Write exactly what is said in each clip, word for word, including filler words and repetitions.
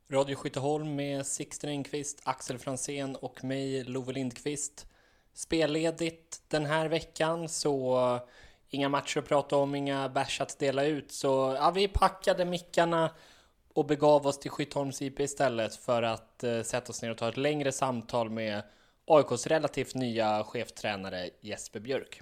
Radio Skytteholm med Sixten Engqvist, Axel Fransén och mig, Love Lindqvist. Spelledigt den här veckan, så inga matcher att prata om, inga bärs att dela ut. Så ja, vi packade mickarna och begav oss till Skytteholms I P istället för att uh, sätta oss ner och ta ett längre samtal med A I K:s relativt nya cheftränare Jesper Björk.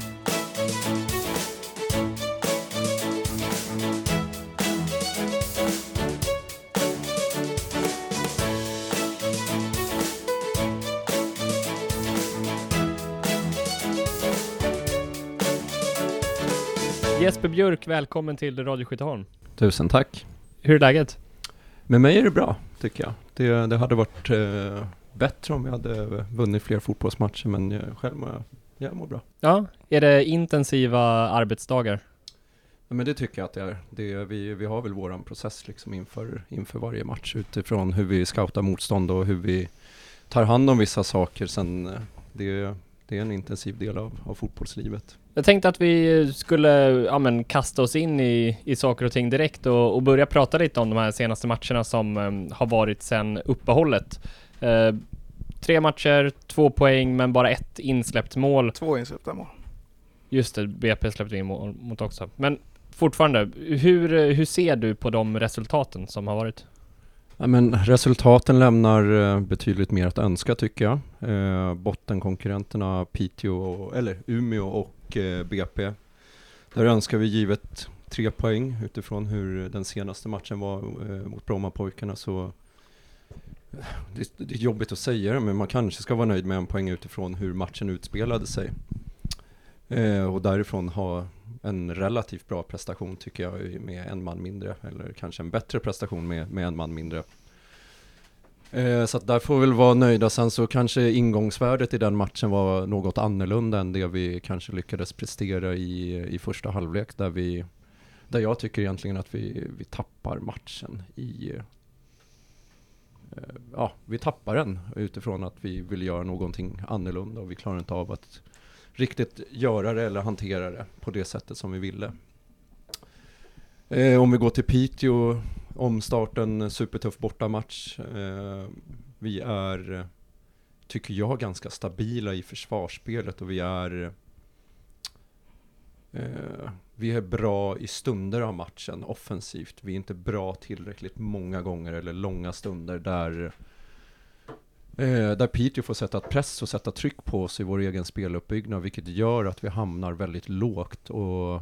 Jesper Björk, välkommen till Radio Skytteholm. Tusen tack. Hur är läget? Med mig är det bra, tycker jag. Det, det hade varit eh, bättre om vi hade vunnit fler fotbollsmatcher, men jag, själv mår jag, jag mår bra. Ja, är det intensiva arbetsdagar? Ja, men det tycker jag att det är. Det, vi, vi har väl våran process liksom inför, inför varje match utifrån hur vi scoutar motstånd och hur vi tar hand om vissa saker. Sen, det, det är en intensiv del av, av fotbollslivet. Jag tänkte att vi skulle ja, men, kasta oss in i, i saker och ting direkt och, och börja prata lite om de här senaste matcherna som um, har varit sedan uppehållet. Uh, tre matcher, två poäng, men bara ett insläppt mål. Två insläppta mål. Just det, B P släppte in mål mot också. Men fortfarande, hur, hur ser du på de resultaten som har varit? Ja, men resultaten lämnar uh, betydligt mer att önska, tycker jag. Uh, bottenkonkurrenterna Piteå, och, eller Umeå och B P. Där önskar vi givet tre poäng utifrån hur den senaste matchen var eh, mot Brommapojkarna. Så det, det är jobbigt att säga det, men man kanske ska vara nöjd med en poäng utifrån hur matchen utspelade sig. Eh, och därifrån ha en relativt bra prestation, tycker jag, med en man mindre. Eller kanske en bättre prestation med, med en man mindre. Eh, så att där får vi väl vara nöjda. Sen så kanske ingångsvärdet i den matchen var något annorlunda än det vi kanske lyckades prestera i, i första halvlek. Där, vi, där jag tycker egentligen att vi, vi tappar matchen i... Eh, ja, vi tappar den utifrån att vi vill göra någonting annorlunda. Och vi klarar inte av att riktigt göra det eller hantera det på det sättet som vi ville. Eh, om vi går till Piteå... Omstarten, supertuff bortamatch. Eh, vi är, tycker jag, ganska stabila i försvarsspelet och vi är eh, vi är bra i stunder av matchen offensivt. Vi är inte bra tillräckligt många gånger eller långa stunder där eh, där Piteå får sätta press och sätta tryck på oss i vår egen speluppbyggnad, vilket gör att vi hamnar väldigt lågt och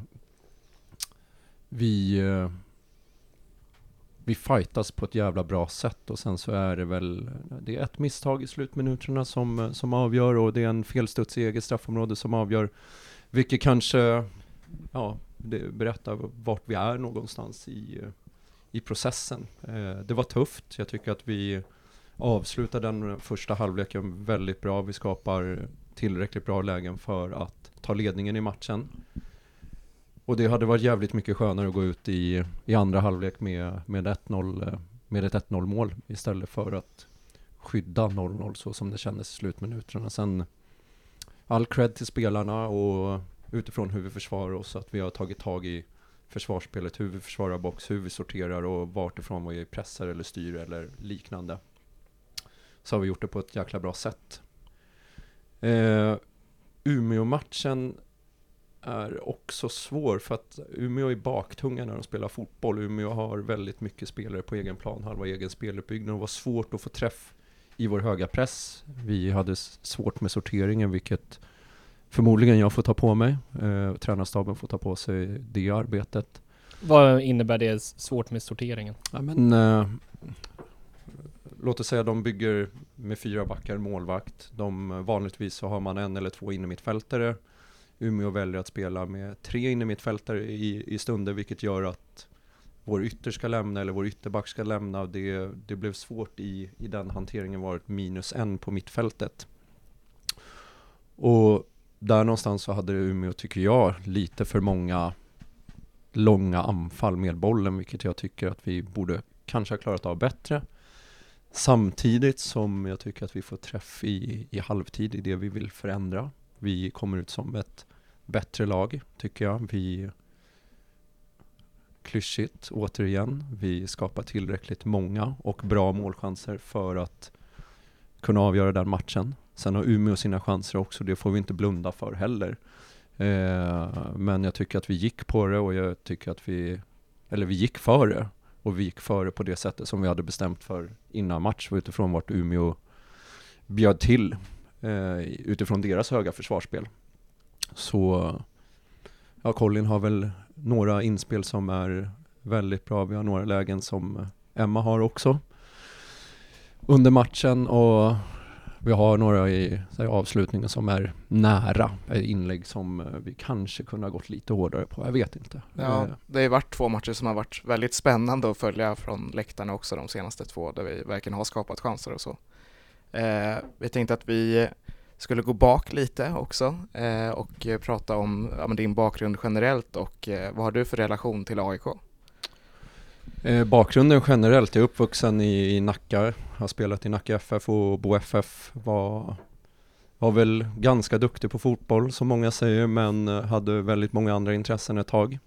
vi eh, Vi fightas på ett jävla bra sätt och sen så är det väl det är ett misstag i slutminuterna som, som avgör och det är en felstuds i eget straffområde som avgör, vilket kanske ja, det berättar vart vi är någonstans i, i processen. Eh, det var tufft. Jag tycker att vi avslutar den första halvleken väldigt bra. Vi skapar tillräckligt bra lägen för att ta ledningen i matchen. Och det hade varit jävligt mycket skönare att gå ut i, i andra halvlek med, med, ett noll, med ett ett noll mål istället för att skydda noll noll så som det kändes i slutminuterna. Sen all cred till spelarna och utifrån hur vi försvarar oss, att vi har tagit tag i försvarsspelet, hur vi försvarar box, hur vi sorterar och vart ifrån vi pressar eller styr eller liknande. Så har vi gjort det på ett jäkla bra sätt. Eh, Umeå-matchen är också svår för att Umeå är baktunga när de spelar fotboll. Umeå har väldigt mycket spelare på egen plan, halva egen speluppbyggnad. Det var svårt att få träff i vår höga press. Vi hade svårt med sorteringen, vilket förmodligen jag får ta på mig. Eh, tränarstaben får ta på sig det arbetet. Vad innebär det svårt med sorteringen? Ja, men, eh, låt oss säga de bygger med fyra backar målvakt. De, vanligtvis så har man en eller två innermittfältare. Umeå väljer att spela med tre innermittfältare i, i stunder, vilket gör att vår ytter ska lämna eller vår ytterback ska lämna. Det, det blev svårt i, i den hanteringen, varit minus en på mittfältet. Och där någonstans så hade Umeå, tycker jag, lite för många långa anfall med bollen, vilket jag tycker att vi borde kanske ha klarat av bättre. Samtidigt som jag tycker att vi får träff i, i halvtid i det vi vill förändra. Vi kommer ut som ett bättre lag, tycker jag. Vi klyschigt återigen. Vi skapar tillräckligt många och bra målchanser för att kunna avgöra den matchen. Sen har Umeå sina chanser också, det får vi inte blunda för heller. Eh, men jag tycker att vi gick på det och jag tycker att vi, eller vi gick före. Och vi gick före på det sättet som vi hade bestämt för innan match utifrån vart Umeå bjöd till eh, utifrån deras höga försvarsspel. Så ja, Colin har väl några inspel som är väldigt bra. Vi har några lägen som Emma har också under matchen och vi har några i säg, avslutningen som är nära inlägg som vi kanske kunde ha gått lite hårdare på. Jag vet inte. Ja, det har varit två matcher som har varit väldigt spännande att följa från läktarna också de senaste två där vi verkligen har skapat chanser och så. Eh, vi tänkte att vi skulle gå bak lite också eh, och prata om ja, din bakgrund generellt och eh, vad har du för relation till A I K? Eh, bakgrunden generellt, jag är uppvuxen i, i Nacka, har spelat i Nacka F F och Bo F F, var, var väl ganska duktig på fotboll som många säger, men hade väldigt många andra intressen ett tag.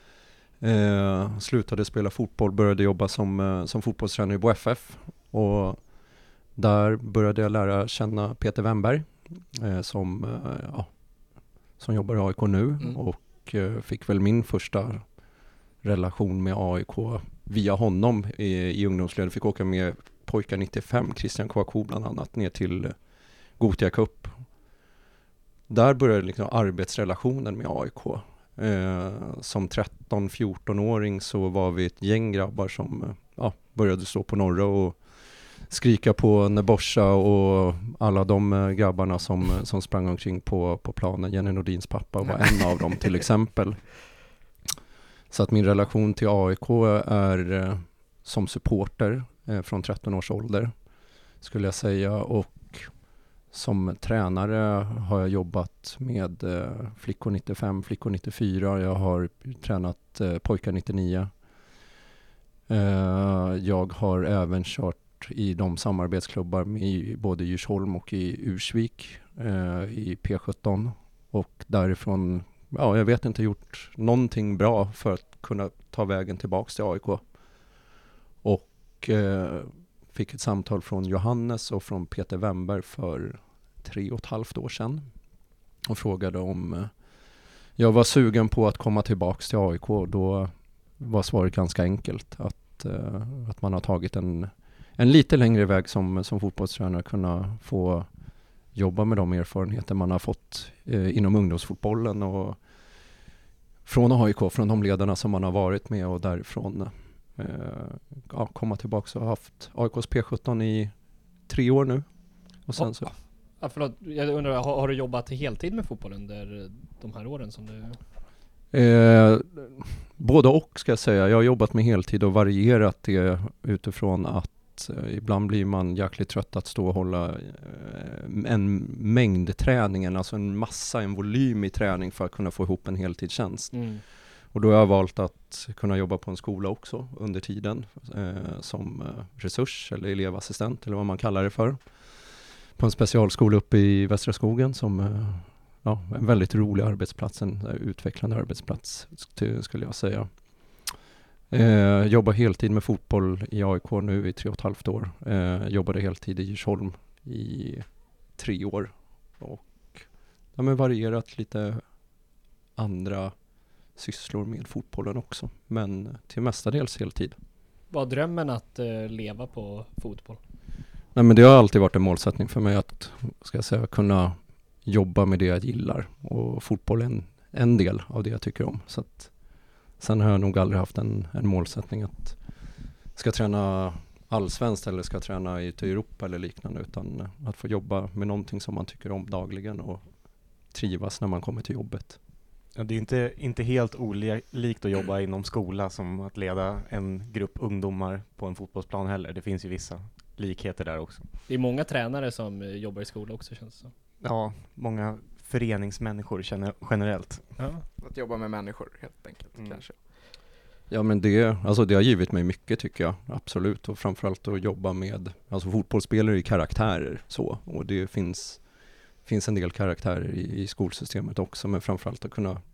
Eh, slutade spela fotboll, började jobba som, som fotbollstränare i Bo F F och där började jag lära känna Peter Wennberg eh, som, eh, ja, som jobbar i A I K nu mm. och eh, fick väl min första relation med A I K via honom i, i ungdomsleden. Fick åka med pojkar nittiofem, Christian Kouakou bland annat, ner till Gothia Cup. Där började liksom arbetsrelationen med A I K. Eh, som tretton-fjorton-åring så var vi ett gäng grabbar som ja, började stå på norra och skrika på Nebosha och alla de grabbarna som, som sprang omkring på, på planen. Jenny Nordins pappa var en av dem till exempel. Så att min relation till A I K är eh, som supporter eh, från tretton års ålder skulle jag säga, och som tränare har jag jobbat med eh, flickor nittiofem, flickor nittiofyra, jag har tränat eh, pojkar nittionio. Eh, jag har även kört i de samarbetsklubbar med i både Djursholm och i Ursvik eh, i P sjutton och därifrån ja, jag vet inte, gjort någonting bra för att kunna ta vägen tillbaks till A I K. Och eh, fick ett samtal från Johannes och från Peter Wennberg för tre och ett halvt år sedan. Och frågade om eh, jag var sugen på att komma tillbaks till A I K. Då var svaret ganska enkelt. Att, eh, att man har tagit en, en lite längre väg som, som fotbollstränare, kunna få jobba med de erfarenheter man har fått eh, inom ungdomsfotbollen och från A I K, från de ledarna som man har varit med och därifrån eh, ja, komma tillbaka och ha haft A I K:s P sjutton i tre år nu. Och sen så... Ja, förlåt, jag undrar, har, har du jobbat heltid med fotboll under de här åren som du... Eh, både och ska jag säga. Jag har jobbat med heltid och varierat det utifrån att ibland blir man jäkligt trött att stå och hålla en mängd träningen, alltså en massa, en volym i träning för att kunna få ihop en heltidstjänst. Mm. Och då har jag valt att kunna jobba på en skola också under tiden eh, som resurs eller elevassistent eller vad man kallar det för. På en specialskola uppe i Västra skogen som eh, ja, en väldigt rolig arbetsplats, en utvecklande arbetsplats skulle jag säga. Eh, jobbar heltid med fotboll i A I K nu i tre och ett halvt år. Eh, jobbade heltid i Djursholm i tre år. Och ja, men varierat lite andra sysslor med fotbollen också. Men till mestadels heltid. Var drömmen att uh, leva på fotboll? Nej, men det har alltid varit en målsättning för mig att ska jag säga, kunna jobba med det jag gillar. Och fotboll är en, en del av det jag tycker om. Så att sen har jag nog aldrig haft en, en målsättning att ska träna allsvenskt eller ska träna i Europa eller liknande, utan att få jobba med någonting som man tycker om dagligen och trivas när man kommer till jobbet. Ja, det är inte, inte helt olikt att jobba inom skola som att leda en grupp ungdomar på en fotbollsplan heller. Det finns ju vissa likheter där också. Det är många tränare som jobbar i skola också, känns det som. Ja, många föreningsmänniskor känner generellt. Ja. Att jobba med människor helt enkelt mm. kanske. Ja, men det, alltså det har givit mig mycket tycker jag, absolut. Och framförallt att jobba med, alltså fotbollsspelare i karaktärer så. Och det finns, finns en del karaktärer i, i skolsystemet också, men framförallt att kunna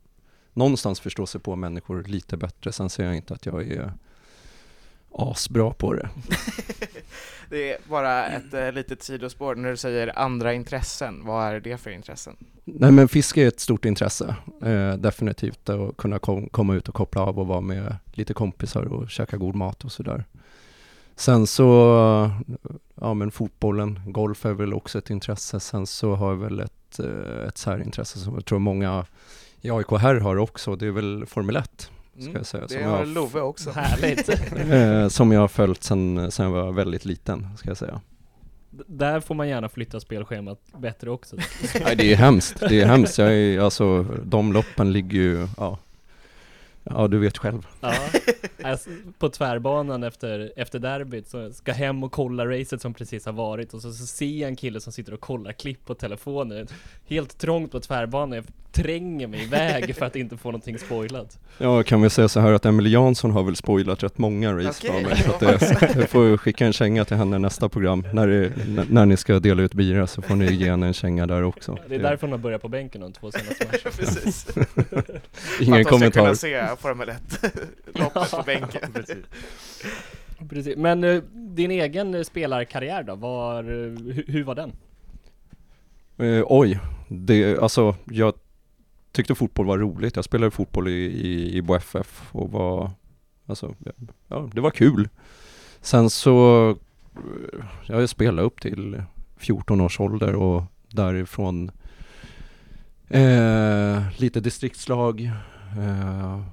någonstans förstå sig på människor lite bättre. Sen säger jag inte att jag är asbra på det. Det är bara ett äh, litet sidospår när du säger andra intressen. Vad är det för intressen? Nej, men fiske är ett stort intresse. Eh, definitivt att kunna kom, komma ut och koppla av och vara med lite kompisar och käka god mat och sådär. Sen så, ja men fotbollen, golf är väl också ett intresse. Sen så har jag väl ett, ett särintresse som jag tror många i A I K här har också. Det är väl Formel ett. Ska jag säga, det som har jag, Love också. Härligt. eh, som jag har följt sen, sen jag var väldigt liten, ska jag säga. D- där får man gärna flytta spelschemat bättre också. Nej, det är hemskt. Det är hemskt. Jag är, alltså, de loppen ligger ju, ja, ja du vet själv. Ja, alltså, på tvärbanan efter, efter derbyt så ska hem och kolla racet som precis har varit och så, så ser jag en kille som sitter och kollar klipp på telefonen. Helt trångt på tvärbanan. Jag tränger mig iväg för att inte få någonting spoilat. Ja, kan vi säga så här att Emily Jansson har väl spoilat rätt många race Okej, för mig. Så att det, jag får skicka en känga till henne nästa program. När, det, n- när ni ska dela ut bira så får ni ge henne en känga där också. Det är därför hon har börjat på bänken de två senaste matcherna. Precis. Ingen För att de ska kunna kommentar. se Formel ett-loppet på bänken. Precis. Precis. Men uh, din egen uh, spelarkarriär då, var, uh, hu- hur var den? Eh, oj, det, alltså jag tyckte fotboll var roligt. Jag spelade fotboll i, i, i Bo F F och var, alltså, ja, det var kul. Sen så, eh, jag spelade upp till fjorton års ålder och därifrån eh, lite distriktslag, eh,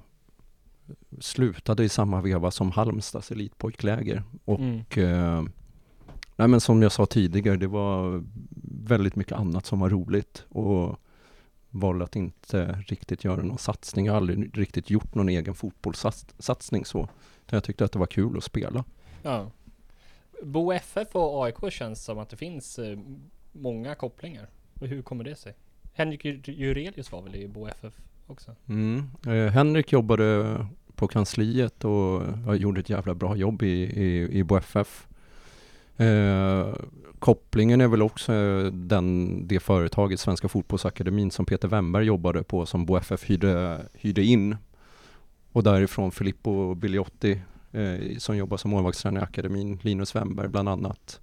slutade i samma veva som Halmstads elitpojkläger och Mm. eh, nej, men som jag sa tidigare, det var väldigt mycket annat som var roligt och valde att inte riktigt göra någon satsning. Jag har aldrig riktigt gjort någon egen fotbollssatsning så. Jag tyckte att det var kul att spela. Ja. Bo F F och A I K känns som att det finns uh, många kopplingar. Och hur kommer det sig? Henrik Ju- Jurelius var väl i Bo F F också? Mm. Eh, Henrik jobbade på kansliet och jag gjorde ett jävla bra jobb i, i, i Bo F F. Eh, kopplingen är väl också den, det företaget, Svenska fotbollsakademin, som Peter Wemberg jobbade på, som Bo F F hyrde, hyrde in. Och därifrån Filippo Bigliotti eh, som jobbar som målvaktstränare i akademin, Linus Wemberg bland annat.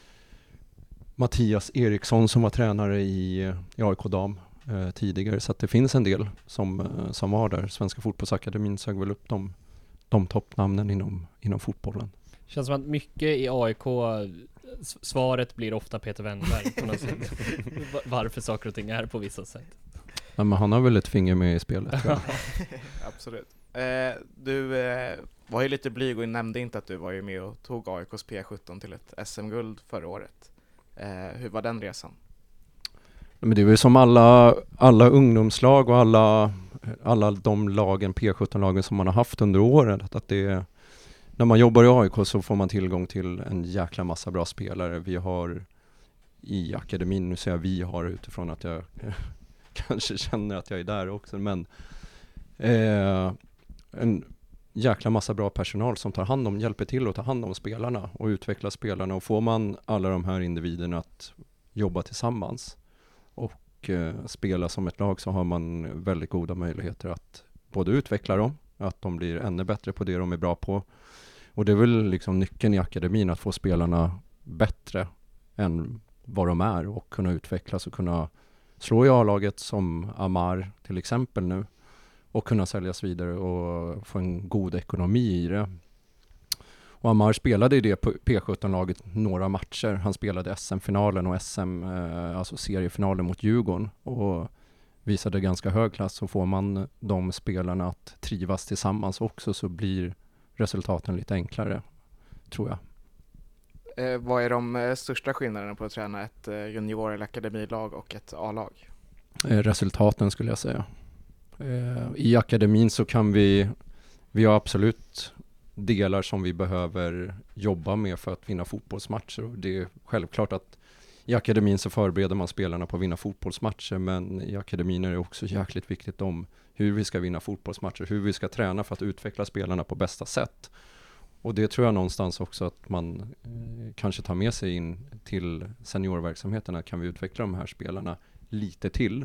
Mattias Eriksson som var tränare i, i A I K dam eh, tidigare. Så att det finns en del som, eh, som var där. Svenska fotbollsakademin sög väl upp de, de toppnamnen inom, inom fotbollen. Känns som att mycket i A I K, s- svaret blir ofta Peter Wennberg på något sätt. Va- Varför saker och ting är på vissa sätt. Ja, men han har väl ett finger med i spelet, tror jag. Absolut. Eh, du eh, var ju lite blyg och nämnde inte att du var ju med och tog A I K:s P sjutton till ett S M-guld förra året. Eh, hur var den resan? Men det är väl som alla, alla ungdomslag och alla, alla de lagen, P sjutton-lagen som man har haft under året. Att det är, när man jobbar i A I K så får man tillgång till en jäkla massa bra spelare. Vi har i akademin, nu säger jag vi har utifrån att jag kanske känner att jag är där också, men eh, en jäkla massa bra personal som tar hand om, hjälper till att ta hand om spelarna och utveckla spelarna. Och får man alla de här individerna att jobba tillsammans och eh, spela som ett lag, så har man väldigt goda möjligheter att både utveckla dem, att de blir ännu bättre på det de är bra på. Och det är väl liksom nyckeln i akademin, att få spelarna bättre än vad de är och kunna utvecklas och kunna slå i A-laget som Amar till exempel nu och kunna säljas vidare och få en god ekonomi i det. Och Amar spelade i det P sjutton-laget några matcher. Han spelade S M-finalen och S M, eh, alltså seriefinalen mot Djurgården och visade ganska hög klass. Och får man de spelarna att trivas tillsammans också, så blir resultaten lite enklare, tror jag. Eh, vad är de eh, största skillnaderna på att träna ett eh, junior- eller akademilag och ett A-lag? Eh, resultaten skulle jag säga. Eh, I akademin så kan vi, vi har absolut delar som vi behöver jobba med för att vinna fotbollsmatcher. Och det är självklart att i akademin så förbereder man spelarna på att vinna fotbollsmatcher, men i akademin är det också jäkligt viktigt om hur vi ska vinna fotbollsmatcher, hur vi ska träna för att utveckla spelarna på bästa sätt. Och det tror jag någonstans också att man eh, kanske tar med sig in till seniorverksamheterna. Kan vi utveckla de här spelarna lite till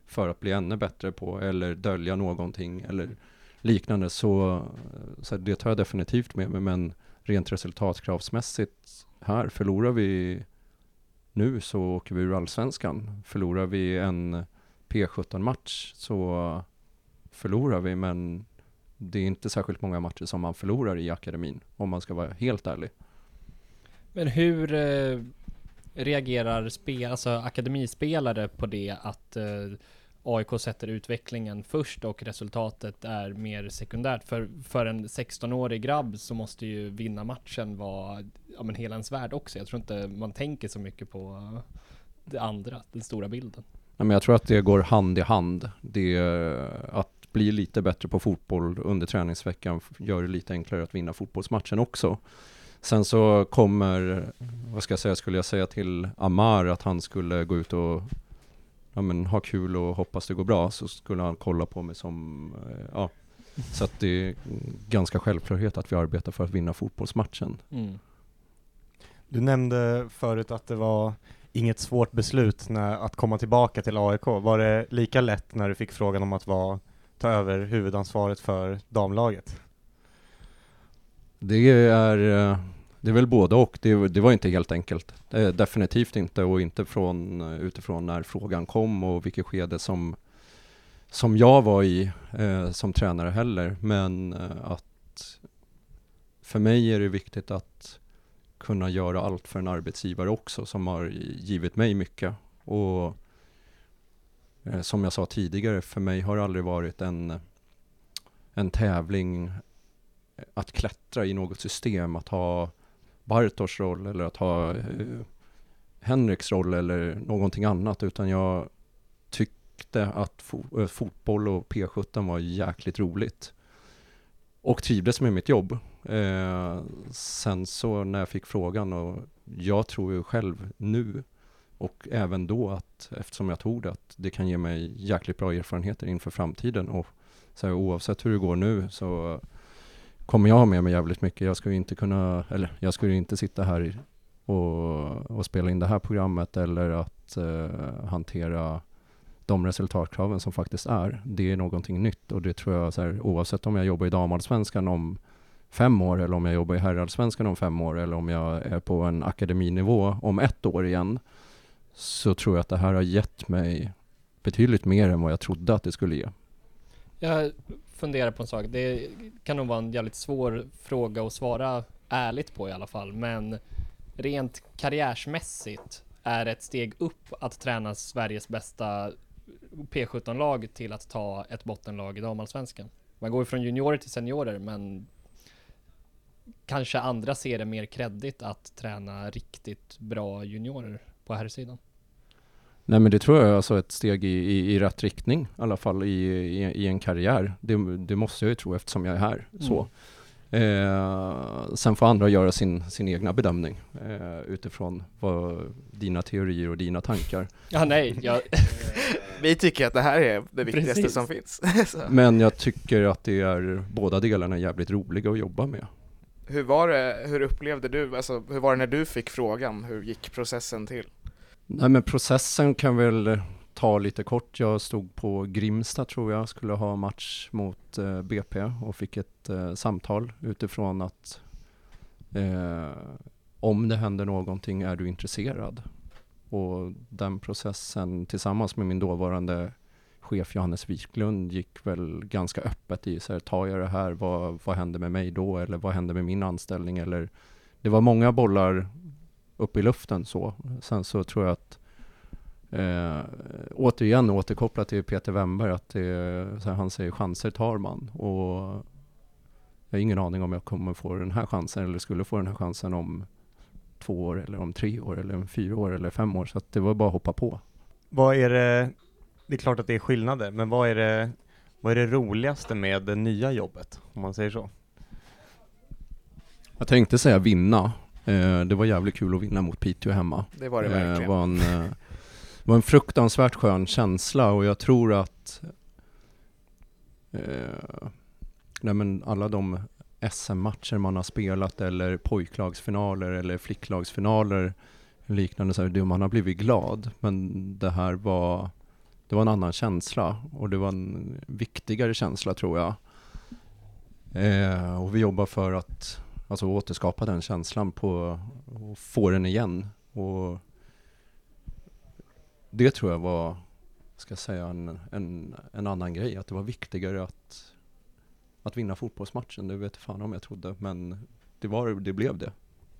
för att bli ännu bättre på eller dölja någonting eller liknande, så, så det tar jag definitivt med mig. Men rent resultatkravsmässigt här, förlorar vi nu så åker vi ur allsvenskan. Förlorar vi en P sjutton-match så förlorar vi, men det är inte särskilt många matcher som man förlorar i akademin, om man ska vara helt ärlig. Men hur eh, reagerar spe, alltså akademispelare på det att eh, A I K sätter utvecklingen först och resultatet är mer sekundärt? För, för en sexton-årig grabb så måste ju vinna matchen vara ja, men hela ens värld också. Jag tror inte man tänker så mycket på det andra, den stora bilden. Ja, men jag tror att det går hand i hand. Det är att bli lite bättre på fotboll under träningsveckan gör det lite enklare att vinna fotbollsmatchen också. Sen så kommer, vad ska jag säga, skulle jag säga till Amar att han skulle gå ut och ja, men, ha kul och hoppas det går bra, så skulle han kolla på mig som, ja. Så att det är ganska självklarhet att vi arbetar för att vinna fotbollsmatchen. Mm. Du nämnde förut att det var inget svårt beslut när, att komma tillbaka till A I K. Var det lika lätt när du fick frågan om att vara, ta över huvudansvaret för damlaget? Det är, det är väl både och. Det, det var inte helt enkelt. Det definitivt inte, och inte från, utifrån när frågan kom och vilket skede som, som jag var i eh, som tränare heller. Men eh, att för mig är det viktigt att kunna göra allt för en arbetsgivare också som har givit mig mycket. Och eh, som jag sa tidigare, för mig har det aldrig varit en, en tävling att klättra i något system, att ha Bartosz roll eller att ha eh, Henriks roll eller någonting annat, utan jag tyckte att fo- fotboll och P sjutton var jäkligt roligt och trivdes med mitt jobb. Eh, sen så när jag fick frågan, och jag tror ju själv nu och även då att eftersom jag tog det, att det kan ge mig jäkligt bra erfarenheter inför framtiden, och så här, oavsett hur det går nu så kommer jag ha med mig jävligt mycket. Jag skulle inte kunna, eller jag skulle inte sitta här och, och spela in det här programmet eller att uh, hantera de resultatkraven som faktiskt är. Det är någonting nytt, och det tror jag så här, oavsett om jag jobbar i damallsvenskan om fem år eller om jag jobbar i herrallsvenskan om fem år eller om jag är på en akademinivå om ett år igen, så tror jag att det här har gett mig betydligt mer än vad jag trodde att det skulle ge. Jag funderar på en sak. Det kan nog vara en jävligt svår fråga att svara ärligt på i alla fall. Men rent karriärsmässigt är ett steg upp att träna Sveriges bästa P sjutton-lag till att ta ett bottenlag i damallsvenskan. Man går från juniorer till seniorer, men kanske andra ser det mer kreddigt att träna riktigt bra juniorer på här sidan. Nej, men det tror jag är alltså ett steg i, i, i rätt riktning, i alla fall i, i, i en karriär. Det, det måste jag ju tro eftersom jag är här. Mm. Så. Eh, sen får andra göra sin, sin egna bedömning eh, utifrån vad, dina teorier och dina tankar. Ja, nej. Jag... Vi tycker att det här är det viktigaste Precis. som finns. Men jag tycker att det är båda delarna jävligt roliga att jobba med. Hur var det, hur upplevde du, alltså hur var det när du fick frågan? Hur gick processen till? Nej, men processen kan väl ta lite kort. Jag stod på Grimsta, tror jag, skulle ha match mot eh, B P och fick ett eh, samtal utifrån att eh, om det händer någonting, är du intresserad? Och den processen tillsammans med min dåvarande chef Johannes Wiklund gick väl ganska öppet i så här, tar jag det här, vad, vad händer med mig då? Eller vad händer med min anställning? Eller, det var många bollar upp i luften så. Sen så tror jag att eh, återigen återkopplat till Peter Wemberg, att det, så här, han säger chanser tar man, och jag har ingen aning om jag kommer få den här chansen eller skulle få den här chansen om två år eller om tre år eller om fyra år eller fem år, så att det var bara att hoppa på. Vad är det, det är klart att det är skillnader, men vad är det, vad är det roligaste med det nya jobbet, om man säger så? Jag tänkte säga vinna. Eh, det var jävligt kul att vinna mot Piteå hemma. Det var det verkligen. Det var en, eh, var en fruktansvärt skön känsla, och jag tror att eh, nej men alla de S M-matcher man har spelat eller pojklagsfinaler eller flicklagsfinaler liknande, så här, det man har blivit glad, men det här var det var en annan känsla och det var en viktigare känsla tror jag. Eh, och vi jobbar för att alltså, återskapa den känslan på, och få den igen. Och det tror jag var, ska jag säga, en, en, en annan grej. Att det var viktigare att, att vinna fotbollsmatchen. Det vet fan om jag trodde, men det, var, det blev det.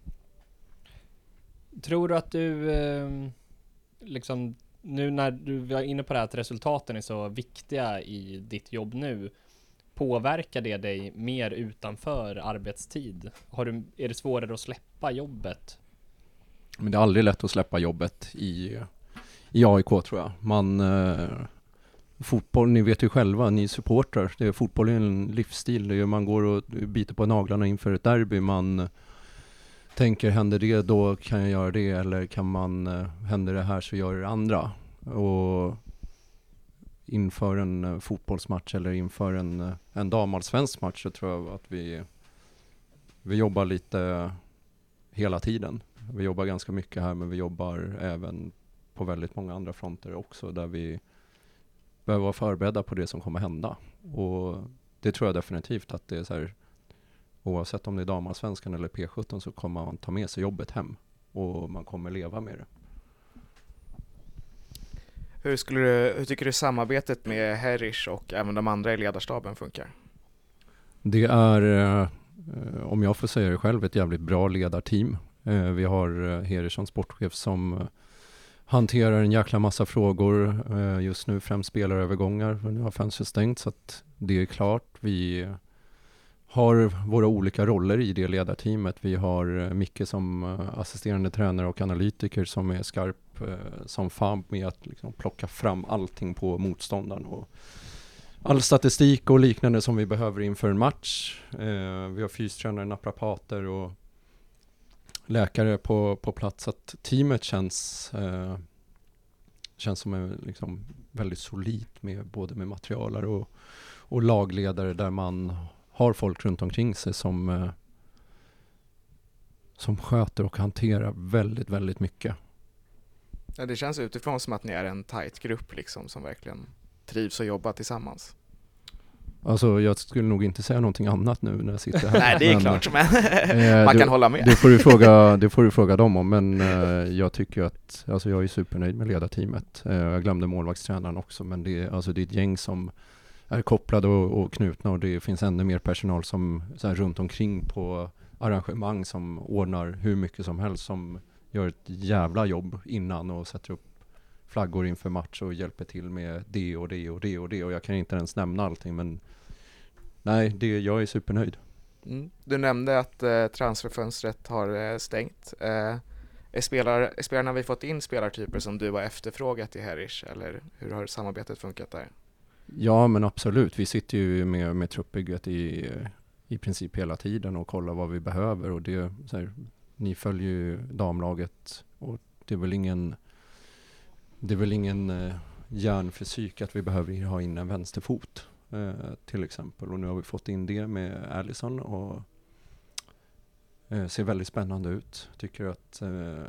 Tror du att du, eh, liksom, nu när du var inne på det här att resultaten är så viktiga i ditt jobb nu, påverkar det dig mer utanför arbetstid? Har du, är det svårare att släppa jobbet? Men det är aldrig lätt att släppa jobbet i, i A I K tror jag. Man, eh, fotboll, ni vet ju själva, ni supportrar. Det är, fotboll är en livsstil. Det är, man går och biter på naglarna inför ett derby. Man tänker, händer det då kan jag göra det. Eller kan man, eh, händer det här så gör det andra. Och inför en uh, fotbollsmatch eller inför en, uh, en damallsvensk match så tror jag att vi, vi jobbar lite uh, hela tiden. Vi jobbar ganska mycket här, men vi jobbar även på väldigt många andra fronter också där vi behöver vara förberedda på det som kommer hända. Och det tror jag definitivt att det är så här, oavsett om det är damallsvenskan eller P sjutton så kommer man ta med sig jobbet hem och man kommer leva med det. Hur, skulle du, hur tycker du samarbetet med Herish och även de andra i ledarstaben funkar? Det är, eh, om jag får säga det själv, ett jävligt bra ledarteam. Eh, vi har eh, Herish som sportchef som eh, hanterar en jäkla massa frågor. Eh, just nu främst spelarövergångar. Nu har fönstret stängt så att det är klart. Vi har våra olika roller i det ledarteamet. Vi har eh, Micke som eh, assisterande tränare och analytiker som är skarp eh, som fan med att liksom, plocka fram allting på motståndaren och all statistik och liknande som vi behöver inför en match. Eh, vi har fystränare, naprapater och läkare på, på plats. Att teamet känns, eh, känns som en liksom, väldigt solid med både med materialare och, och lagledare där man har folk runt omkring sig som, eh, som sköter och hanterar väldigt, väldigt mycket. Ja, det känns utifrån som att ni är en tight grupp liksom, som verkligen trivs och jobbar tillsammans. Alltså jag skulle nog inte säga någonting annat nu när jag sitter här. Nej, det är men, klart, men eh, man du, kan hålla med. Det får du fråga, det får du fråga dem om, men eh, jag tycker att, alltså jag är supernöjd med ledarteamet. Eh, jag glömde målvaktstränaren också, men det är, alltså det är ett gäng som är kopplade och, och knutna och det finns ännu mer personal som så här, runt omkring på arrangemang som ordnar hur mycket som helst, som gör ett jävla jobb innan och sätter upp flaggor inför match och hjälper till med det och det och det och det och jag kan inte ens nämna allting, men nej, det, jag är supernöjd. Mm. Du nämnde att eh, transferfönstret har eh, stängt. Eh, är, spelar, är spelarna vi fått in spelartyper som du har efterfrågat i Herish, eller hur har samarbetet funkat där? Ja, men absolut. Vi sitter ju med, med truppbygget i, i princip hela tiden och kollar vad vi behöver och det så här, ni följer ju damlaget och det är väl ingen det är väl ingen eh, hjärnfysik att vi behöver ha in en vänsterfot eh, till exempel, och nu har vi fått in det med Allison och eh, ser väldigt spännande ut. Tycker att eh,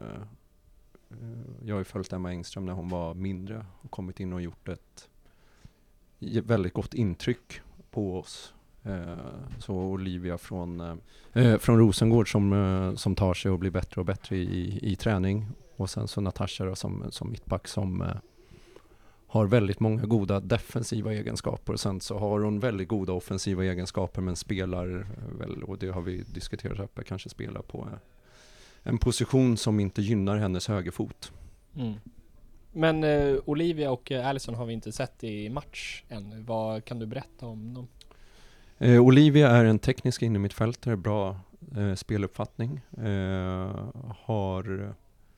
jag har ju följt Emma Engström när hon var mindre och kommit in och gjort ett väldigt gott intryck på oss. Eh, så Olivia från, eh, från Rosengård som, eh, som tar sig och blir bättre och bättre i, i träning. Och sen så Natasha då, som, som mittback som eh, har väldigt många goda defensiva egenskaper. Och sen så har hon väldigt goda offensiva egenskaper men spelar väl, och det har vi diskuterat uppe, kanske spelar på eh, en position som inte gynnar hennes högerfot. Mm. Men eh, Olivia och eh, Allison har vi inte sett i match än. Vad kan du berätta om dem? Eh, Olivia är en teknisk innermittfältare, bra eh, speluppfattning. Eh, har,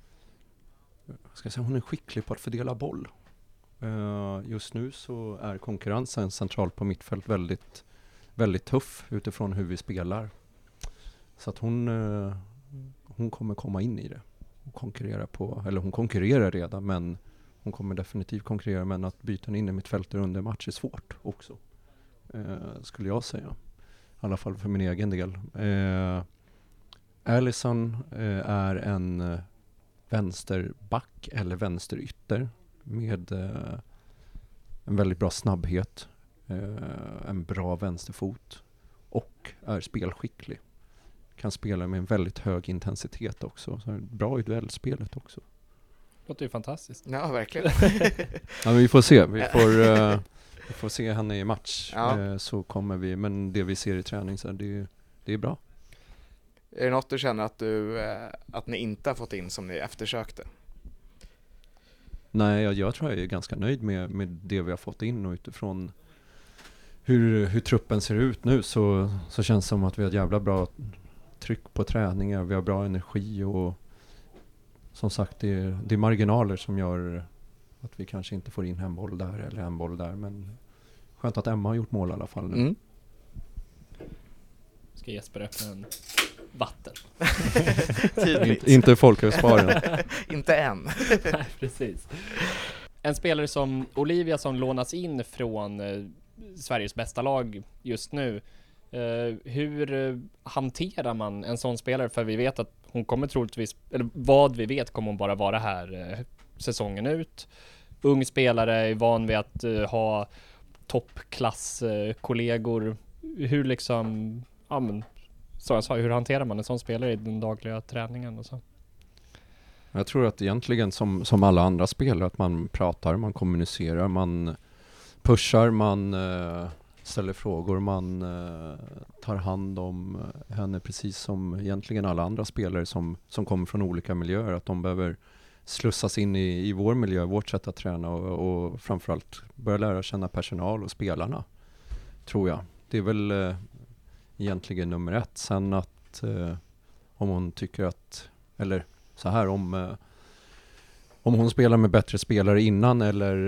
ska jag säga, hon är skicklig på att fördela boll. Eh, just nu så är konkurrensen centralt på mittfält väldigt, väldigt tuff utifrån hur vi spelar. Så att hon, eh, hon kommer komma in i det. Och konkurrera på, eller hon konkurrerar redan, men hon kommer definitivt konkurrera, men att byta in i mittfältare under match är svårt också. Eh, skulle jag säga. I alla fall för min egen del. Eh, Allison eh, är en eh, vänsterback eller vänsterytter med eh, en väldigt bra snabbhet, eh, en bra vänsterfot och är spelskicklig. Kan spela med en väldigt hög intensitet också. Så bra i duellspelet också. Låter ju fantastiskt. Ja, verkligen. Ja, men vi får se. Vi får, uh, vi får se henne i match. Ja. Uh, så kommer vi. Men det vi ser i träning, så det, det är bra. Är det något du känner att, du, eh, att ni inte har fått in som ni eftersökte? Nej, jag, jag tror jag är ganska nöjd med, med det vi har fått in. Och utifrån hur, hur truppen ser ut nu så, så känns det som att vi har ett jävla bra tryck på träningar. Vi har bra energi och som sagt, det är, det är marginaler som gör att vi kanske inte får in en boll där eller en boll där. Men skönt att Emma har gjort mål i alla fall nu. Mm. Ska Jesper öppna en vatten? Tydligt. In, inte folkhögsparen. Inte än. Nej, precis. En spelare som Olivia som lånas in från eh, Sveriges bästa lag just nu. Eh, hur eh, hanterar man en sån spelare? För vi vet att hon kommer troligtvis, eller vad vi vet kommer hon bara vara här eh, säsongen ut. Ung spelare, är van vid att eh, ha toppklasskollegor. Eh, hur liksom, ja men, så jag sa, hur hanterar man en sån spelare i den dagliga träningen och så? Jag tror att egentligen som, som alla andra spelare att man pratar, man kommunicerar, man pushar, man uh, ställer frågor, man uh, tar hand om henne precis som egentligen alla andra spelare som, som kommer från olika miljöer. Att de behöver slussas in i, i vår miljö, vårt sätt att träna och, och framförallt börja lära känna personal och spelarna, tror jag. Det är väl uh, egentligen nummer ett. Sen att uh, om hon tycker att, eller så här om, uh, om hon spelar med bättre spelare innan eller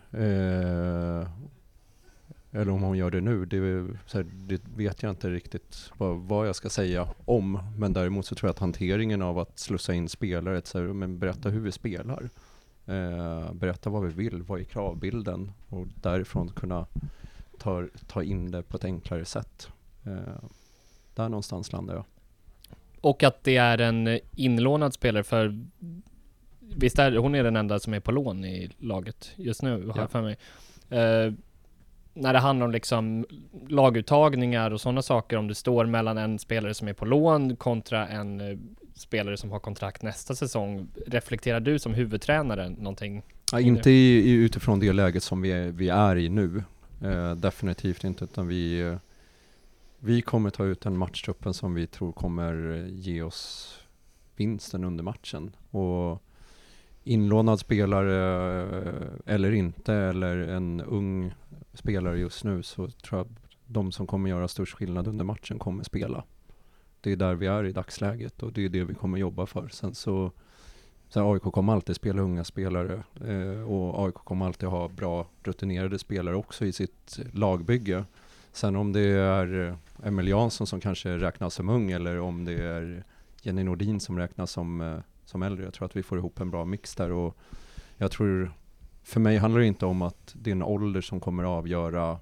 uh, eller om hon gör det nu, det, så här, det vet jag inte riktigt vad, vad jag ska säga om. Men däremot så tror jag att hanteringen av att slussa in spelare, så här, men berätta hur vi spelar. Uh, berätta vad vi vill, vad är kravbilden och därifrån kunna ta, ta in det på ett enklare sätt. Uh, där någonstans landar jag. Och att det är en inlånad spelare, för visst är hon är den enda som är på lån i laget just nu, har Ja. jag för mig. Uh, när det handlar om liksom laguttagningar och sådana saker, om det står mellan en spelare som är på lån kontra en uh, spelare som har kontrakt nästa säsong, reflekterar du som huvudtränare någonting? Ja, inte i, i, utifrån det läget som vi är, vi är i nu. Uh, definitivt inte, utan vi... Uh, Vi kommer ta ut en matchtruppen som vi tror kommer ge oss vinsten under matchen. Och inlånad spelare eller inte, eller en ung spelare just nu, så tror jag att de som kommer göra störst skillnad under matchen kommer spela. Det är där vi är i dagsläget och det är det vi kommer jobba för. Sen så, så A I K kommer alltid spela unga spelare eh, och A I K kommer alltid ha bra rutinerade spelare också i sitt lagbygge. Sen om det är Emil Jansson som kanske räknas som ung eller om det är Jenny Nordin som räknas som, som äldre. Jag tror att vi får ihop en bra mix där. Och jag tror, för mig handlar det inte om att det är en ålder som kommer att avgöra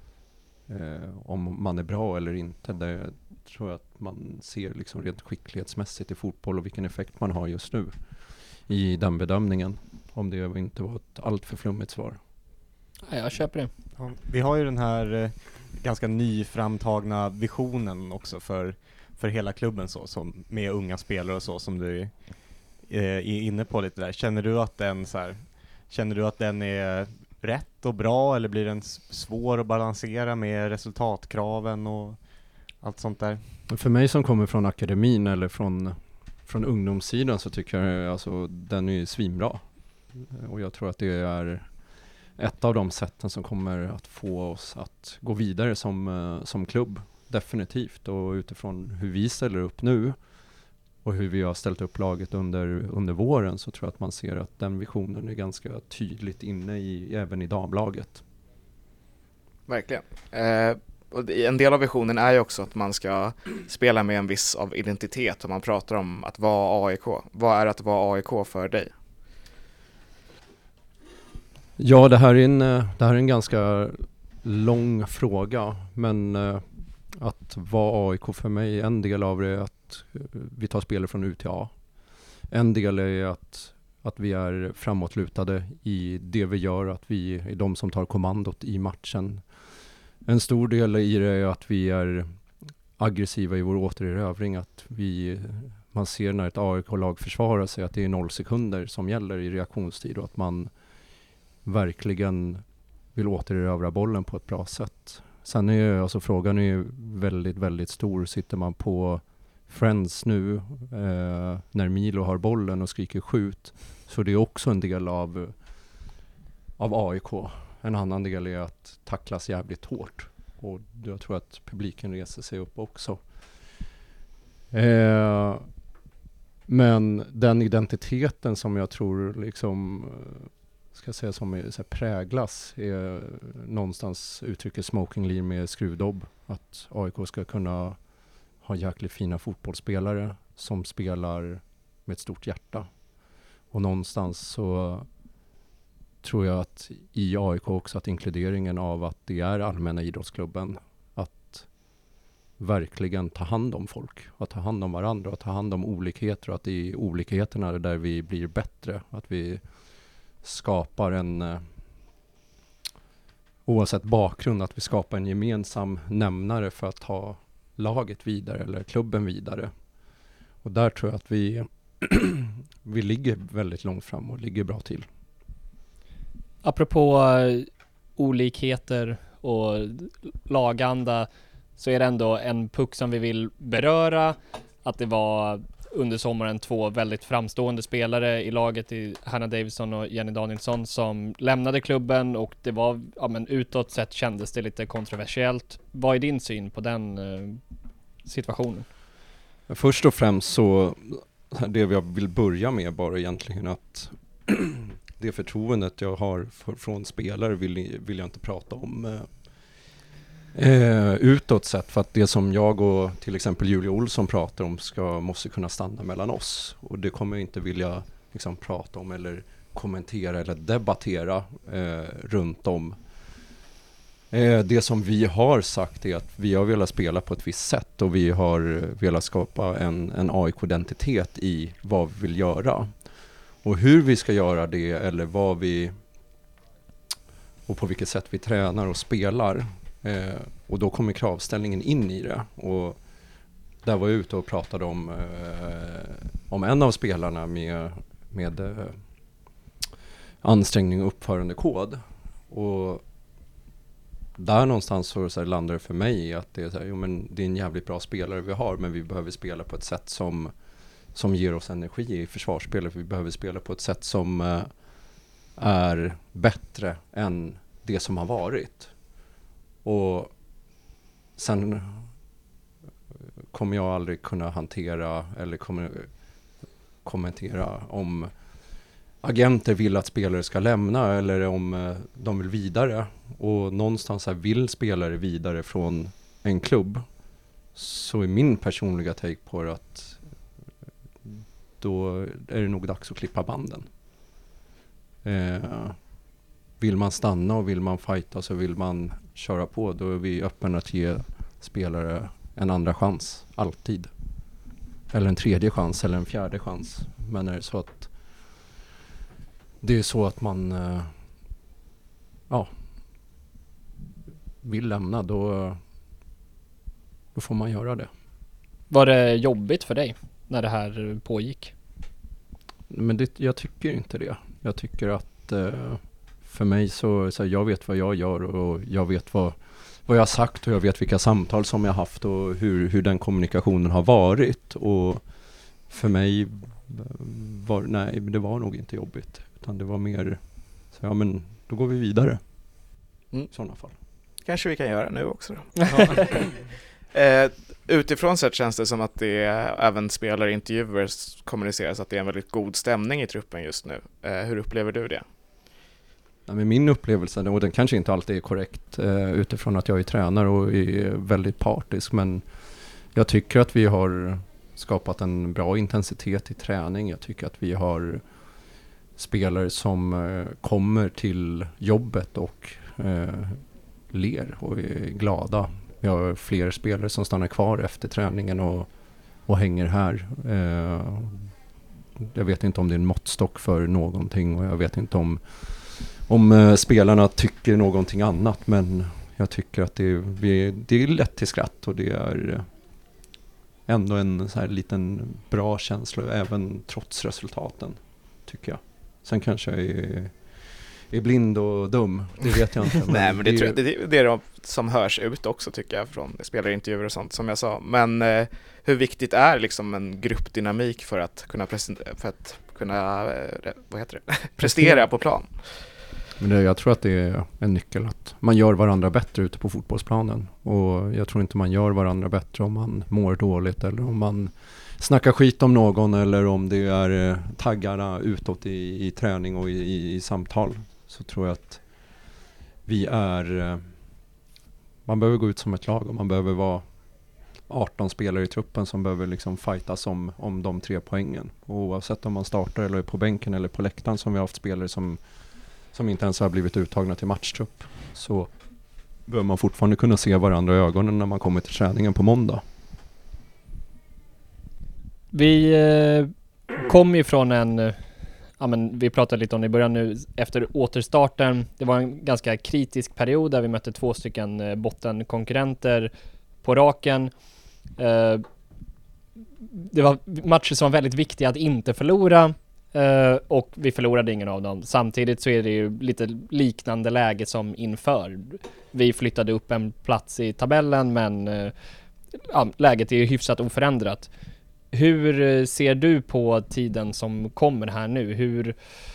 eh, om man är bra eller inte. Det tror jag att man ser liksom rent skicklighetsmässigt i fotboll och vilken effekt man har just nu i den bedömningen. Om det inte var ett allt för flummigt svar. Ja, jag köper det. Ja, vi har ju den här eh, ganska nyframtagna visionen också för, för hela klubben så, som, med unga spelare och så som du eh, är inne på lite där. Känner du att den så här, känner du att den är rätt och bra, eller blir den svår att balansera med resultatkraven och allt sånt där? För mig som kommer från akademin eller från, från ungdomssidan så tycker jag alltså den är svinbra. Och jag tror att det är ett av de sätten som kommer att få oss att gå vidare som, som klubb, definitivt. Och utifrån hur vi ställer upp nu och hur vi har ställt upp laget under, under våren, så tror jag att man ser att den visionen är ganska tydligt inne i, även i damlaget. Verkligen. Eh, och en del av visionen är ju också att man ska spela med en viss av identitet, och man pratar om att vara A I K. Vad är att vara A I K för dig? Ja, det här är en, det här är en ganska lång fråga, men uh, att vara A I K för mig, en del av det är att uh, vi tar spelare från U till A. En del är att att vi är framåtlutade i det vi gör, att vi är de som tar kommandot i matchen. En stor del i det är att vi är aggressiva i vår återerövring, att vi, man ser när ett A I K-lag försvarar sig att det är noll sekunder som gäller i reaktionstid och att man verkligen vill återerövra bollen på ett bra sätt. Sen är ju, alltså frågan är ju väldigt, väldigt stor. Sitter man på Friends nu eh, när Milo har bollen och skriker skjut, så det är också en del av, av A I K. En annan del är att tacklas jävligt hårt. Och jag tror att publiken reser sig upp också. Eh, men den identiteten som jag tror liksom, ska säga som är, så här, präglas är någonstans uttrycker Smoking Lear med skruvdobb. Att A I K ska kunna ha jäkligt fina fotbollsspelare som spelar med ett stort hjärta. Och någonstans så tror jag att i A I K också att inkluderingen av att det är allmänna idrottsklubben, att verkligen ta hand om folk, att ta hand om varandra, att ta hand om olikheter och att det är olikheterna där vi blir bättre, att vi skapar en eh, oavsett bakgrund, att vi skapar en gemensam nämnare för att ta laget vidare eller klubben vidare. Och där tror jag att vi vi ligger väldigt långt fram och ligger bra till. Apropå uh, olikheter och laganda, så är det ändå en puck som vi vill beröra. Att det var under sommaren två väldigt framstående spelare i laget, i Hanna Davidson och Jenny Danielsson, som lämnade klubben, och det var, ja, men utåt sett kändes det lite kontroversiellt. Vad är din syn på den uh, situationen? Först och främst så det jag vill börja med bara egentligen att det förtroendet jag har för, från spelare vill, vill jag inte prata om eh, utåt sett, för att det som jag och till exempel Julia Olsson pratar om ska, måste kunna stanna mellan oss, och det kommer jag inte vilja liksom prata om eller kommentera eller debattera eh, runt om. Eh, det som vi har sagt är att vi har velat spela på ett visst sätt och vi har velat skapa en, en A I K-identitet i vad vi vill göra. Och hur vi ska göra det eller vad vi och på vilket sätt vi tränar och spelar. Eh, och då kommer kravställningen in i det. Och där var jag ute och pratade om, eh, om en av spelarna med, med eh, ansträngning och uppförandekod. Och där någonstans så, så här, landar det för mig att det är, så här, jo, men det är en jävligt bra spelare vi har, men vi behöver spela på ett sätt som, som ger oss energi i försvarsspelet. Vi behöver spela på ett sätt som eh, är bättre än det som har varit. Och sen kommer jag aldrig kunna hantera eller kommer kommentera om agenter vill att spelare ska lämna eller om eh, de vill vidare. Och någonstans här vill spelare vidare från en klubb, så är min personliga take på det att då är det nog dags att klippa banden. Eh, vill man stanna och vill man fighta så vill man köra på, då är vi öppna att ge spelare en andra chans, alltid. Eller en tredje chans eller en fjärde chans. Men är det så att det är så att man eh, ja, vill lämna, då, då får man göra det. Var det jobbigt för dig när det här pågick? Men det, jag tycker inte det. Jag tycker att eh, för mig så, så jag vet vad jag gör och jag vet vad, vad jag har sagt och jag vet vilka samtal som jag har haft och hur, hur den kommunikationen har varit. Och för mig var, nej, det var nog inte jobbigt. Utan det var mer, så ja men då går vi vidare. Mm. I sådana fall. Kanske vi kan göra nu också då. Ja. eh, utifrån sett känns det som att det även spelare intervjuer kommuniceras att det är en väldigt god stämning i truppen just nu. Eh, hur upplever du det? Ja, men min upplevelse, och den kanske inte alltid är korrekt eh, utifrån att jag är tränare och är väldigt partisk, men jag tycker att vi har skapat en bra intensitet i träning. Jag tycker att vi har spelare som eh, kommer till jobbet och eh, ler och är glada. Vi har fler spelare som stannar kvar efter träningen och, och hänger här. Eh, jag vet inte om det är en måttstock för någonting och jag vet inte om, om uh, spelarna tycker någonting annat, men jag tycker att det är, vi, det är lätt till skratt och det är uh, ändå en så här liten bra känsla även trots resultaten, tycker jag. Sen kanske jag är, är blind och dum, det vet jag inte. Men Nej, men det, det, tror jag, det, det är det som hörs ut också, tycker jag, från spelarintervjuer och sånt, som jag sa. Men eh, hur viktigt är liksom en gruppdynamik för att kunna, present- för att kunna eh, vad heter det? prestera på plan? Men det, jag tror att det är en nyckel att man gör varandra bättre ute på fotbollsplanen. Och jag tror inte man gör varandra bättre om man mår dåligt eller om man snackar skit om någon eller om det är eh, taggarna utåt i, i träning och i, i, i samtal. Så tror jag att vi är... Eh, man behöver gå ut som ett lag och man behöver vara arton spelare i truppen som behöver liksom fightas om, om de tre poängen. Och oavsett om man startar eller är på bänken eller på läktaren, som vi har haft spelare som, som inte ens har blivit uttagna till matchtrupp, så behöver man fortfarande kunna se varandra i ögonen när man kommer till träningen på måndag. Vi eh, kom ju från en, eh, ja men vi pratade lite om det i början nu, efter återstarten. Det var en ganska kritisk period där vi mötte två stycken eh, bottenkonkurrenter på raken. Eh, det var matcher som var väldigt viktiga att inte förlora. Uh, och vi förlorade ingen av dem. Samtidigt så är det ju lite liknande läge som inför. Vi flyttade upp en plats i tabellen, men uh, ja, läget är ju hyfsat oförändrat. Hur uh, ser du på tiden som kommer här nu? Hur,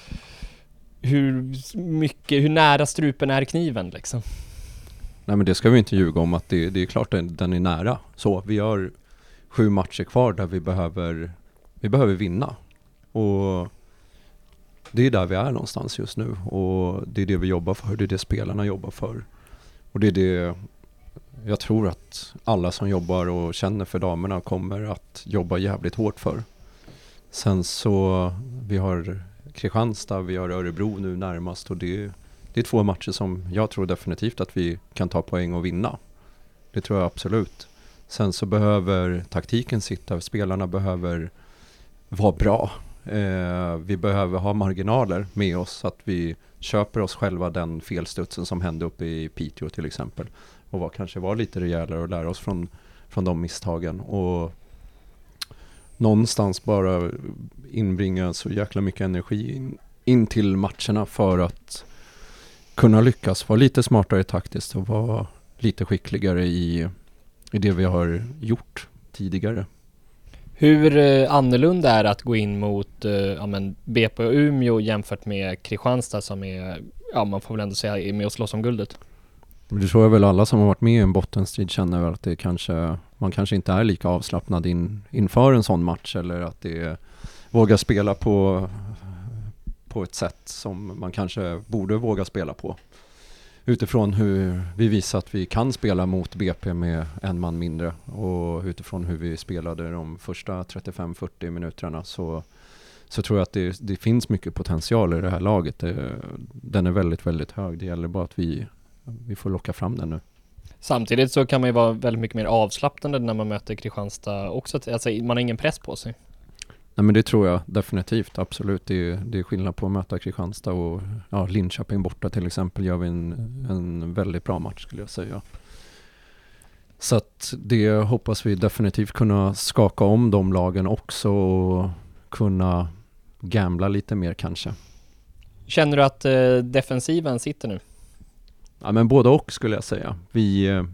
hur mycket, hur nära strupen är kniven liksom? Nej, men det ska vi inte ljuga om, att det, det är klart att den är nära. Så vi har sju matcher kvar där vi behöver, vi behöver vinna. Och det är där vi är någonstans just nu. Och det är det vi jobbar för. Det är det spelarna jobbar för. Och det är det jag tror att alla som jobbar och känner för damerna kommer att jobba jävligt hårt för. Sen så, vi har Kristianstad, vi har Örebro nu närmast. Och det, det är två matcher som jag tror definitivt att vi kan ta poäng och vinna. Det tror jag absolut. Sen så behöver taktiken sitta. Spelarna behöver vara bra. Eh, vi behöver ha marginaler med oss så att vi köper oss själva den felstudsen som hände uppe i Piteå till exempel. Och var, kanske var lite rejälare och lära oss från, från de misstagen. Och någonstans bara inbringa så jäkla mycket energi in, in till matcherna för att kunna lyckas vara lite smartare taktiskt och vara lite skickligare i, i det vi har gjort tidigare. Hur eh, annorlunda är det att gå in mot eh, ja, men B P och Umeå jämfört med Kristianstad som är, ja man får väl ändå säga, är med och slåss om guldet? Det tror jag väl alla som har varit med i en bottenstrid känner väl att det kanske, man kanske inte är lika avslappnad in, inför en sån match, eller att det vågar spela på, på ett sätt som man kanske borde våga spela på. Utifrån hur vi visar att vi kan spela mot B P med en man mindre och utifrån hur vi spelade de första trettiofem fyrtio minuterna så, så tror jag att det, det finns mycket potential i det här laget. Det, den är väldigt, väldigt hög. Det gäller bara att vi, vi får locka fram den nu. Samtidigt så kan man ju vara väldigt mycket mer avslappnande när man möter Kristianstad också. Alltså man har ingen press på sig. Nej, men det tror jag definitivt, absolut. Det är, det är skillnad på att möta Kristianstad och ja, Linköping borta till exempel gör vi en, en väldigt bra match skulle jag säga. Så att det hoppas vi definitivt kunna skaka om de lagen också och kunna gambla lite mer kanske. Känner du att eh, defensiven sitter nu? Ja, men både och skulle jag säga. Vi... Eh,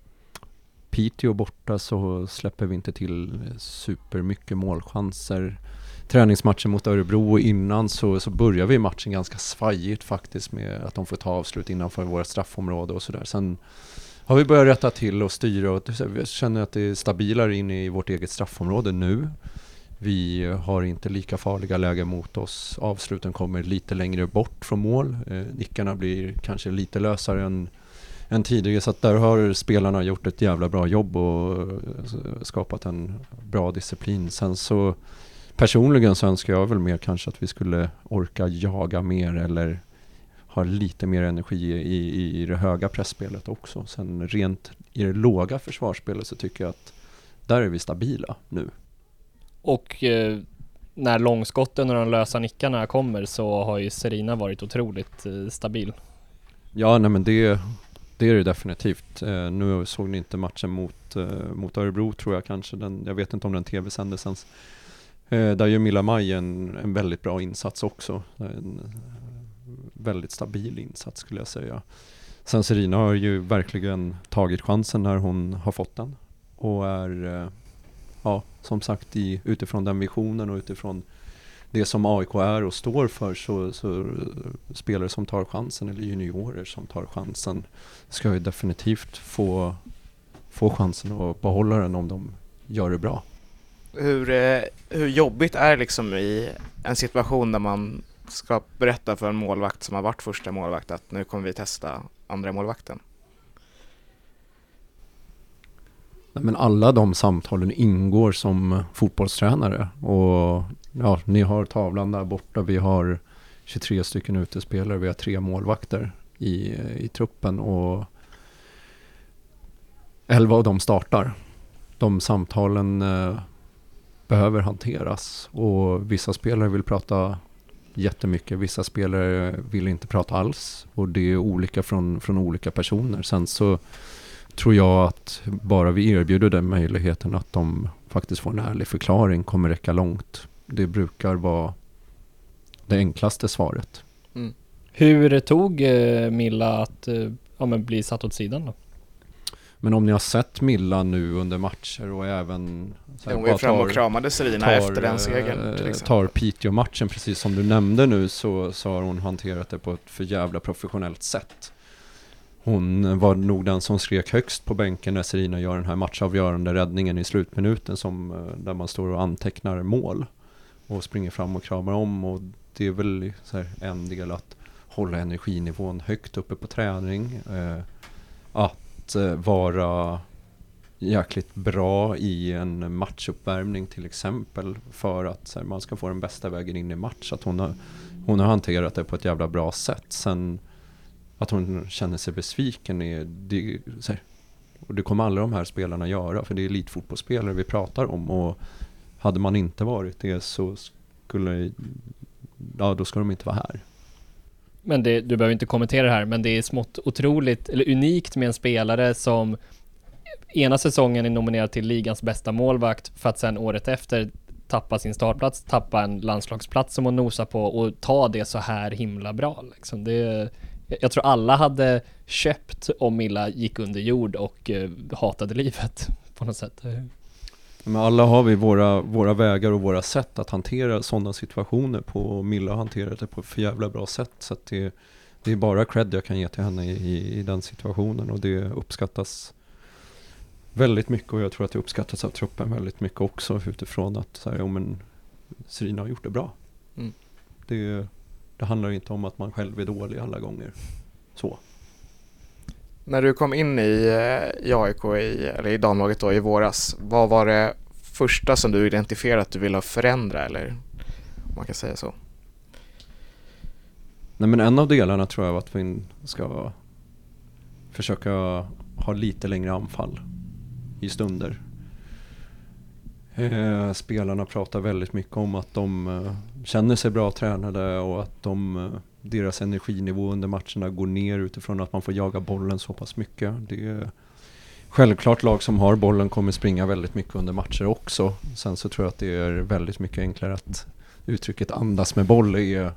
Piteå borta så släpper vi inte till supermycket målchanser. Träningsmatchen mot Örebro innan så, så börjar vi matchen ganska svajigt faktiskt med att de får ta avslut innanför våra straffområde och sådär. Sen har vi börjat rätta till och styra och vi känner att det är stabilare inne i vårt eget straffområde nu. Vi har inte lika farliga lägen mot oss. Avsluten kommer lite längre bort från mål. Eh, nickarna blir kanske lite lösare än än tidigare, så att där har spelarna gjort ett jävla bra jobb och skapat en bra disciplin. Sen så personligen så önskar jag väl mer kanske att vi skulle orka jaga mer eller ha lite mer energi i, i, i det höga pressspelet också. Sen rent i det låga försvarsspelet så tycker jag att där är vi stabila nu. Och eh, när långskotten och de lösa nickarna kommer så har ju Serina varit otroligt eh, stabil. Ja, nej men det, det är det definitivt. Eh, nu såg ni inte matchen mot, eh, mot Örebro tror jag kanske. Den, jag vet inte om den tv-sändes ens. Eh, där gör Milla Maj en, en väldigt bra insats också. En väldigt stabil insats skulle jag säga. Sen Serina har ju verkligen tagit chansen när hon har fått den. Och är, eh, ja, som sagt, i, utifrån den visionen och utifrån det som A I K är och står för, så, så spelare som tar chansen eller juniorer som tar chansen ska ju definitivt få, få chansen att behålla den om de gör det bra. Hur, eh, hur jobbigt är det liksom i en situation där man ska berätta för en målvakt som har varit första målvakt att nu kommer vi testa andra målvakten? Men alla de samtalen ingår som fotbollstränare och ja, ni har tavlan där borta, vi har tjugotre stycken utespelare, vi har tre målvakter i, i truppen och elva av dem startar. De samtalen eh, behöver hanteras och vissa spelare vill prata jättemycket, vissa spelare vill inte prata alls och det är olika från, från olika personer. Sen så tror jag att bara vi erbjuder den möjligheten att de faktiskt får en ärlig förklaring kommer räcka långt. Det brukar vara det enklaste svaret. Mm. Hur tog eh, Milla att eh, ja, men bli satt åt sidan då? Men om ni har sett Milla nu under matcher och även så här, hon var fram och kramade Serina tar, efter den segern till exempel. Tar Piteå-matchen precis som du nämnde nu så, så har hon hanterat det på ett för jävla professionellt sätt. Hon var nog den som skrek högst på bänken när Serina gör den här matchavgörande räddningen i slutminuten som, där man står och antecknar mål och springer fram och kramar om, och det är väl så här en del att hålla energinivån högt uppe på träning, eh, att eh, vara jäkligt bra i en matchuppvärmning till exempel för att så här, man ska få den bästa vägen in i match, att hon har, hon har hanterat det på ett jävla bra sätt. Sen att hon känner sig besviken är det, så här, och det kommer alla de här spelarna göra, för det är elitfotbollsspelare vi pratar om, och hade man inte varit det så skulle, ja då ska de inte vara här. Men det, du behöver inte kommentera det här, men det är smått otroligt eller unikt med en spelare som ena säsongen är nominerad till ligans bästa målvakt för att sen året efter tappa sin startplats, tappa en landslagsplats som hon nosar på och ta det så här himla bra liksom. Det, jag tror alla hade köpt om Milla gick under jord och uh, hatade livet på något sätt. Men alla har vi våra, våra vägar och våra sätt att hantera sådana situationer på, och Milla hanterar det på ett för jävla bra sätt, så att det, det är bara cred jag kan ge till henne i, i den situationen, och det uppskattas väldigt mycket, och jag tror att det uppskattas av truppen väldigt mycket också utifrån att så här, ja, men Serina har gjort det bra. Mm. Det, det handlar inte om att man själv är dålig alla gånger. Så. När du kom in i, i A I K, i, eller i damlaget då i våras, vad var det första som du identifierade att du ville förändra, eller om man kan säga så? Nej, men en av delarna tror jag var att vi ska försöka ha lite längre anfall i stunder. Eh, spelarna pratar väldigt mycket om att de eh, känner sig bra tränade och att de, eh, deras energinivå under matcherna går ner utifrån att man får jaga bollen så pass mycket. Det är självklart lag som har bollen kommer springa väldigt mycket under matcher också. Sen så tror jag att det är väldigt mycket enklare att uttrycket andas med boll är,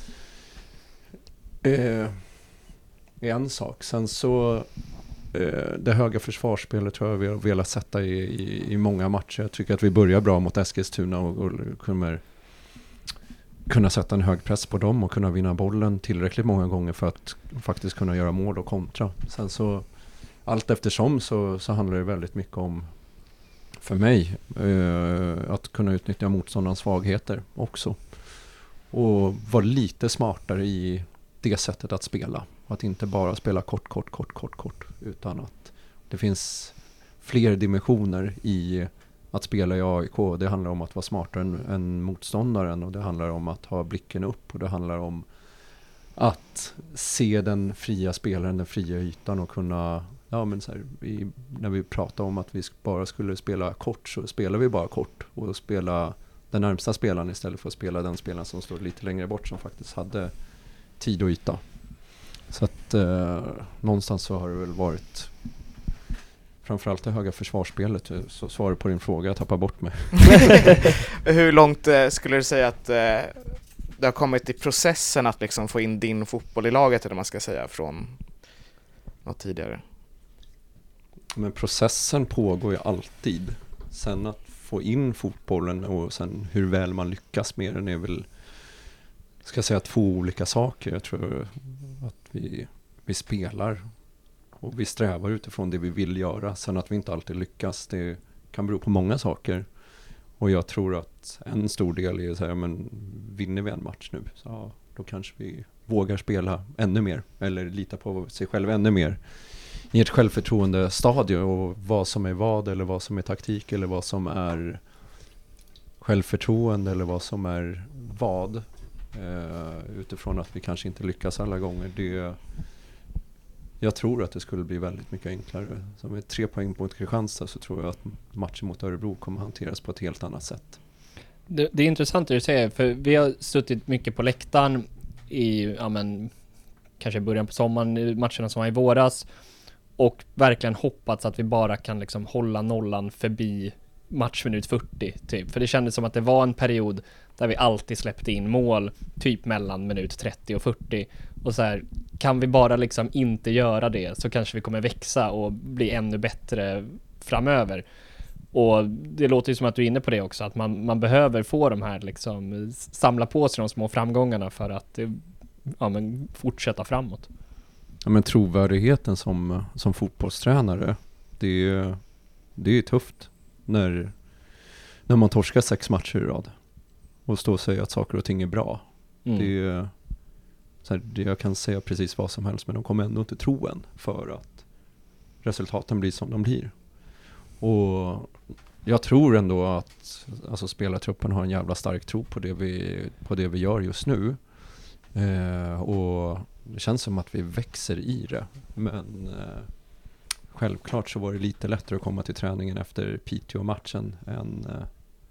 eh, är en sak. Sen så det höga försvarsspelet tror jag vi har velat sätta i, i, i många matcher. Jag tycker att vi börjar bra mot Eskilstuna och, och kommer kunna sätta en hög press på dem och kunna vinna bollen tillräckligt många gånger för att faktiskt kunna göra mål och kontra. Sen så allt eftersom så, så handlar det väldigt mycket om, för mig, eh, att kunna utnyttja motståndarens svagheter också. Och vara lite smartare i det sättet att spela. Att inte bara spela kort, kort, kort, kort, kort. Utan att det finns fler dimensioner i att spela i A I K. Det handlar om att vara smartare än, än motståndaren. Och det handlar om att ha blicken upp. Och det handlar om att se den fria spelaren, den fria ytan. Och kunna, ja men så här, vi, när vi pratar om att vi bara skulle spela kort så spelar vi bara kort. Och spela den närmsta spelaren istället för att spela den spelaren som står lite längre bort som faktiskt hade tid och yta. Så att eh, någonstans så har det väl varit framförallt det höga försvarsspelet. Så svarar på din fråga, jag tappar bort mig. Hur långt eh, skulle du säga att eh, det har kommit i processen att liksom få in din fotboll i laget, eller man ska säga, från något tidigare? Men processen pågår ju alltid. Sen att få in fotbollen och sen hur väl man lyckas med den är väl, ska jag säga, två olika saker. Jag tror att vi, vi spelar och vi strävar utifrån det vi vill göra. Sen att vi inte alltid lyckas, det kan bero på många saker. Och jag tror att en stor del är så här, men vinner vi en match nu, så ja, då kanske vi vågar spela ännu mer. Eller lita på sig själv ännu mer. I ett självförtroende stadie, och vad som är vad, eller vad som är taktik, eller vad som är självförtroende, eller vad som är vad. Eh, utifrån att vi kanske inte lyckas alla gånger. Det, jag tror att det skulle bli väldigt mycket enklare. Så med tre poäng mot Kristianstad så tror jag att matchen mot Örebro kommer hanteras på ett helt annat sätt. Det, det är intressant det du säger, för vi har suttit mycket på läktaren i, ja men, kanske i början på sommaren, matcherna som var i våras, och verkligen hoppats att vi bara kan liksom hålla nollan förbi matchminut fyrtio typ. För det kändes som att det var en period där vi alltid släppte in mål typ mellan minut trettio och fyrtio. Och så här, kan vi bara liksom inte göra det så kanske vi kommer växa och bli ännu bättre framöver. Och det låter ju som att du är inne på det också, att man, man behöver få de här liksom, samla på sig de små framgångarna för att ja, men, fortsätta framåt. Ja, men trovärdigheten som, som fotbollstränare, det är, det är tufft när, när man torskar sex matcher i rad och står och säger att saker och ting är bra. Mm. Det är, så här, det, jag kan säga precis vad som helst, men de kommer ändå inte tro en för att resultaten blir som de blir. Och jag tror ändå att alltså, spelartruppen har en jävla stark tro på det vi, på det vi gör just nu. Eh, och det känns som att vi växer i det. Men eh, självklart så var det lite lättare att komma till träningen efter Piteå-matchen än eh,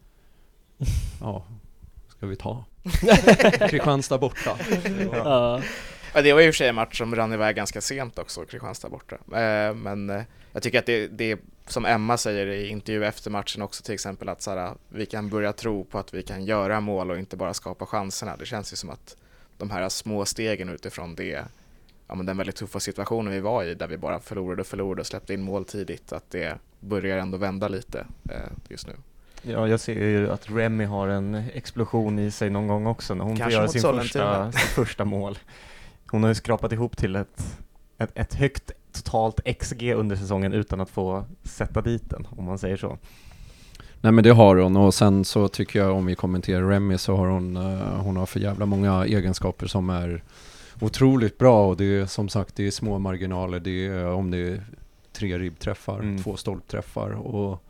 ja, ska vi ta Kristianstad borta. Ja. Ja, det var ju för sig en match som rann iväg ganska sent också, Kristianstad borta. Eh, men eh, jag tycker att det, det är som Emma säger i intervju efter matchen också, till exempel att såhär, vi kan börja tro på att vi kan göra mål och inte bara skapa chanserna. Det känns ju som att de här små stegen utifrån det, ja, men den väldigt tuffa situationen vi var i, där vi bara förlorade och förlorade och släppte in mål tidigt, att det börjar ändå vända lite eh, just nu. Ja, jag ser ju att Remy har en explosion i sig någon gång också när hon Kanske får göra sin första, sin första mål. Hon har ju skrapat ihop till ett, ett, ett högt totalt X G under säsongen utan att få sätta dit den, om man säger så. Nej, men det har hon, och sen så tycker jag, om vi kommenterar Remy, så har hon, uh, hon har för jävla många egenskaper som är otroligt bra, och det är som sagt, det är små marginaler, det är om det är tre ribbträffar, mm. två stolpträffar, och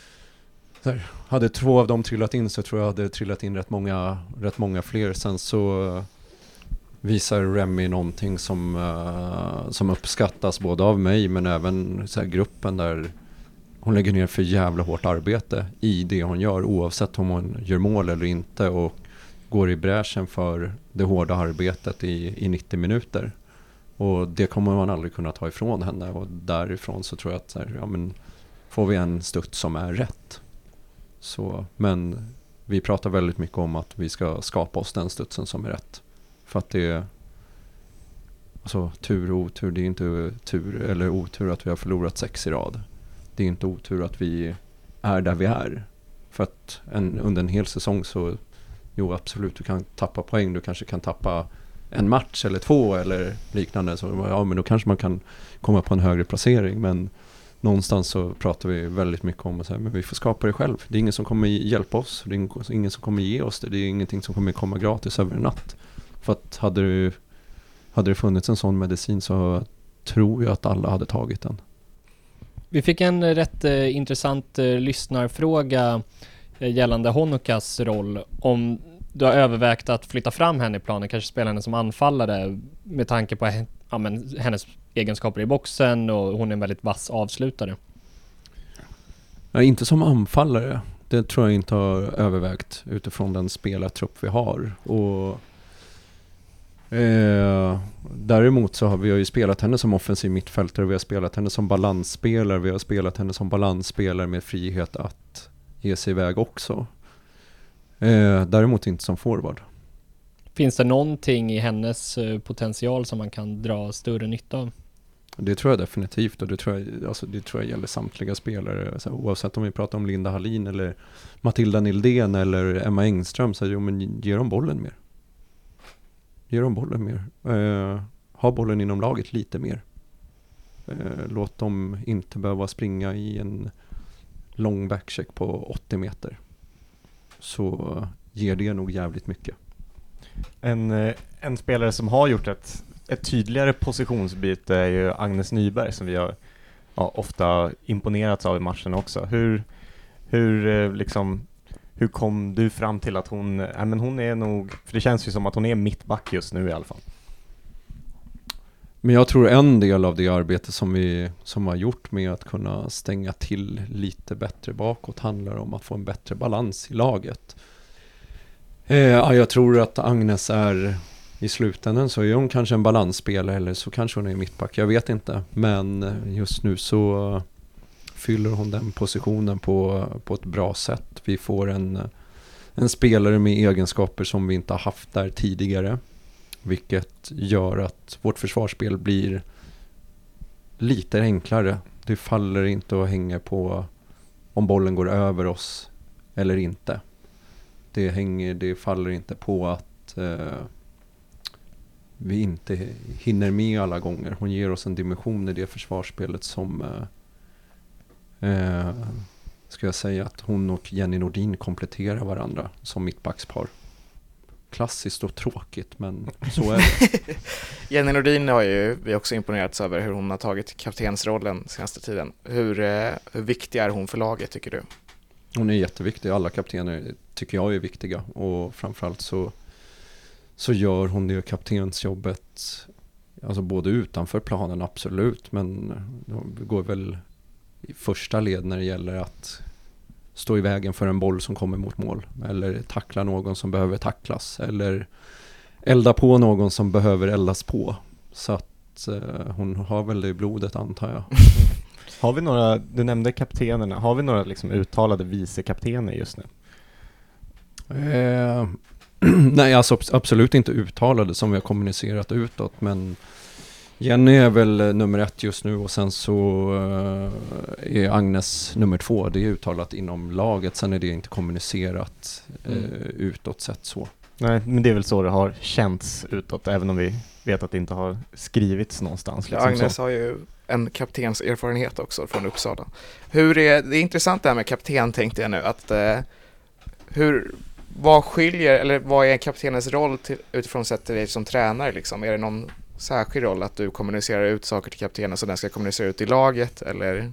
så här, hade två av dem trillat in så tror jag hade trillat in rätt många, rätt många fler. Sen så uh, visar Remy någonting som, uh, som uppskattas både av mig men även så här, gruppen, där hon lägger ner för jävla hårt arbete i det hon gör, oavsett om hon gör mål eller inte, och går i bräschen för det hårda arbetet i, i nittio minuter. Och det kommer man aldrig kunna ta ifrån henne, och därifrån så tror jag att så här, ja, men får vi en studs som är rätt. Så, men vi pratar väldigt mycket om att vi ska skapa oss den studsen som är rätt. För att det är alltså, tur och otur, det är inte tur eller otur att vi har förlorat sex i rad. Det är inte otur att vi är där vi är. För att en, under en hel säsong så, jo absolut, du kan tappa poäng, du kanske kan tappa en match eller två eller liknande. Så ja, men då kanske man kan komma på en högre placering, men någonstans så pratar vi väldigt mycket om att säga, men vi får skapa det själv. Det är ingen som kommer hjälpa oss, det är ingen som kommer ge oss det, det är ingenting som kommer komma gratis över en natt. För att hade det, hade det funnits en sån medicin så tror jag att alla hade tagit den. Vi fick en rätt eh, intressant eh, lyssnarfråga eh, gällande Honokas roll. Om du har övervägt att flytta fram henne i planen, kanske spela henne som anfallare med tanke på ja, men, hennes egenskaper i boxen, och hon är en väldigt vass avslutare. Ja, inte som anfallare. det tror jag inte har övervägt utifrån den spelartrupp vi har. Och eh, däremot så har vi ju spelat henne som offensiv mittfältare, vi har spelat henne som balansspelare, vi har spelat henne som balansspelare med frihet att ge sig iväg också. Eh, däremot inte som forward. Finns det någonting i hennes potential som man kan dra större nytta av? Det tror jag definitivt, och det tror jag, alltså det tror jag gäller samtliga spelare. Så oavsett om vi pratar om Linda Hallin eller Matilda Nildén eller Emma Engström, så jo, men ge dem bollen mer. Ge dem bollen mer. Eh, ha bollen inom laget lite mer. Eh, låt dem inte behöva springa i en lång backcheck på åttio meter. Så ger det nog jävligt mycket. En, eh, en spelare som har gjort ett Ett tydligare positionsbyte är ju Agnes Nyberg, som vi har ja, ofta imponerats av i matchen också. Hur, hur, liksom, hur kom du fram till att hon, äh, men hon är nog, för det känns ju som att hon är mittback just nu i alla fall. Men jag tror en del av det arbete som vi som har gjort med att kunna stänga till lite bättre bakåt handlar om att få en bättre balans i laget. Eh, jag tror att Agnes är, i slutändan så är hon kanske en balansspelare, eller så kanske hon är mittback, jag vet inte. Men just nu så fyller hon den positionen på, på ett bra sätt. Vi får en, en spelare med egenskaper som vi inte har haft där tidigare. Vilket gör att vårt försvarsspel blir lite enklare. Det faller inte att hänga på om bollen går över oss eller inte. Det, hänger, det faller inte på att eh, vi inte hinner med alla gånger. Hon ger oss en dimension i det försvarsspelet som eh, eh, ska jag säga att hon och Jenny Nordin kompletterar varandra som mittbackspar. Klassiskt och tråkigt, men så är det. Jenny Nordin har ju vi också imponerats över hur hon har tagit kaptensrollen senaste tiden. Hur, eh, hur viktig är hon för laget, tycker du? Hon är jätteviktig. Alla kaptener tycker jag är viktiga, och framförallt så så gör hon det kaptensjobbet, alltså både utanför planen absolut, men det går väl i första led när det gäller att stå i vägen för en boll som kommer mot mål, eller tackla någon som behöver tacklas, eller elda på någon som behöver eldas på. Så att eh, hon har väl det i blodet, antar jag. Har vi några, du nämnde kaptenerna, har vi några liksom uttalade vicekaptener just nu? Eh, nej, alltså absolut inte uttalade som vi har kommunicerat utåt, men Jenny är väl nummer ett just nu, och sen så uh, är Agnes nummer två. Det är uttalat inom laget, sen är det inte kommunicerat uh, mm. utåt sett så. Nej, men det är väl så det har känts utåt, även om vi vet att det inte har skrivits någonstans. Liksom. Liksom Agnes så. har ju en kaptens erfarenhet också från Uppsala. Hur är, det är intressant det här med kapten, tänkte jag nu, att uh, hur... Vad skiljer, eller vad är kaptenens roll till, utifrån sett till dig som tränare liksom? Är det någon särskild roll att du kommunicerar ut saker till kaptenen så den ska kommunicera ut i laget, eller?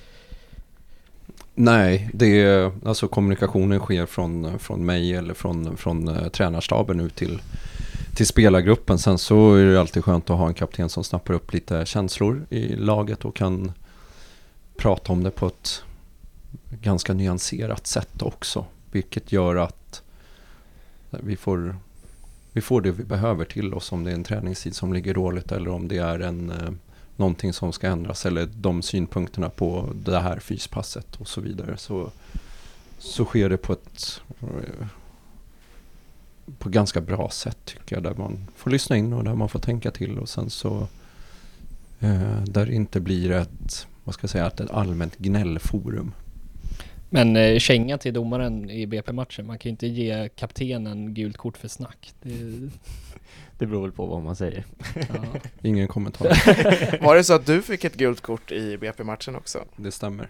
Nej, det är, alltså kommunikationen sker från, från mig eller från, från uh, tränarstaben ut till, till spelargruppen. Sen så är det alltid skönt att ha en kapten som snappar upp lite känslor i laget och kan prata om det på ett ganska nyanserat sätt också. Vilket gör att vi får, vi får det vi behöver till oss, om det är en träningstid som ligger dåligt eller om det är en, eh, någonting som ska ändras, eller de synpunkterna på det här fyspasset och så vidare. Så, så sker det på ett eh, på ganska bra sätt, tycker jag, där man får lyssna in och där man får tänka till, och sen så eh, där det inte blir ett, vad ska jag säga, ett allmänt gnällforum. Men eh, känga till domaren i B P-matchen. Man kan ju inte ge kaptenen gult kort för snack. Det, det beror väl på vad man säger. Ja. Ingen kommentar. Var det så att du fick ett gult kort i B P-matchen också? Det stämmer.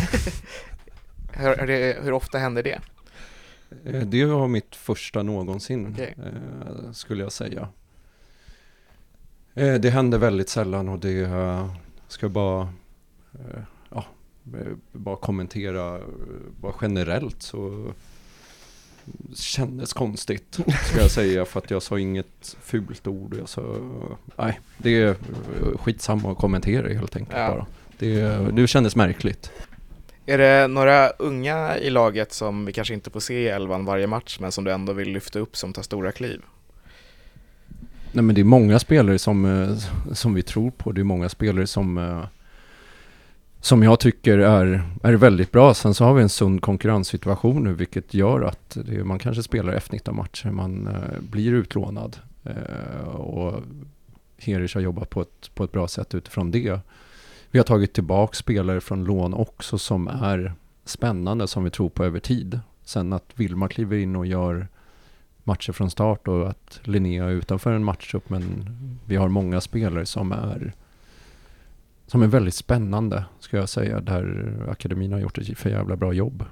hur, hur, hur ofta händer det? Det var mitt första någonsin, Okay. eh, skulle jag säga. Eh, det händer väldigt sällan, och det eh, ska bara... Eh, bara kommentera bara generellt, så kändes konstigt, ska jag säga, för att jag sa inget fult ord. Jag sa, nej, det är skitsamma att kommentera helt enkelt. Ja. Bara. Det, det kändes märkligt. Är det några unga i laget som vi kanske inte får se i elvan varje match men som du ändå vill lyfta upp som tar stora kliv? Nej, men det är många spelare som, som vi tror på. Det är många spelare som, som jag tycker är, är väldigt bra. Sen så har vi en sund konkurrenssituation nu, vilket gör att det, man kanske spelar F nitton-matcher. Man uh, blir utlånad. Uh, och Herish har jobbat på ett, på ett bra sätt utifrån det. Vi har tagit tillbaka spelare från lån också som är spännande, som vi tror på över tid. Sen att Vilma kliver in och gör matcher från start och att Linnea är utanför en matchupp, men vi har många spelare som är som är väldigt spännande, ska jag säga, där akademin har gjort ett för jävla bra jobb.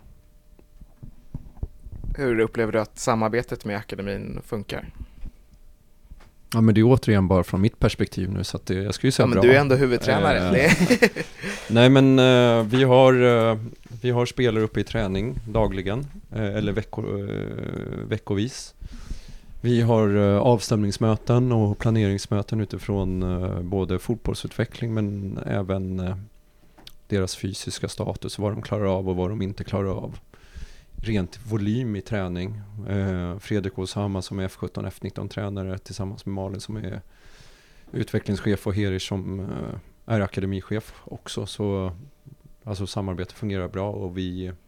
Hur upplever du att samarbetet med akademin funkar? Ja, men det är återigen bara från mitt perspektiv nu, så att det, jag skulle ju säga ja, men bra. Du är ändå huvudtränare. Eh, nej, men uh, vi har uh, vi har spelare uppe i träning dagligen, uh, eller vecko, uh, veckovis. Vi har uh, avstämningsmöten och planeringsmöten utifrån uh, både fotbollsutveckling men även uh, deras fysiska status, vad de klarar av och vad de inte klarar av. Rent volym i träning. Eh, Fredrik Åshammar som är F sjutton F nitton-tränare tillsammans med Malin som är utvecklingschef och Herish som eh, är akademichef också. Så alltså samarbetet fungerar bra och vi eh,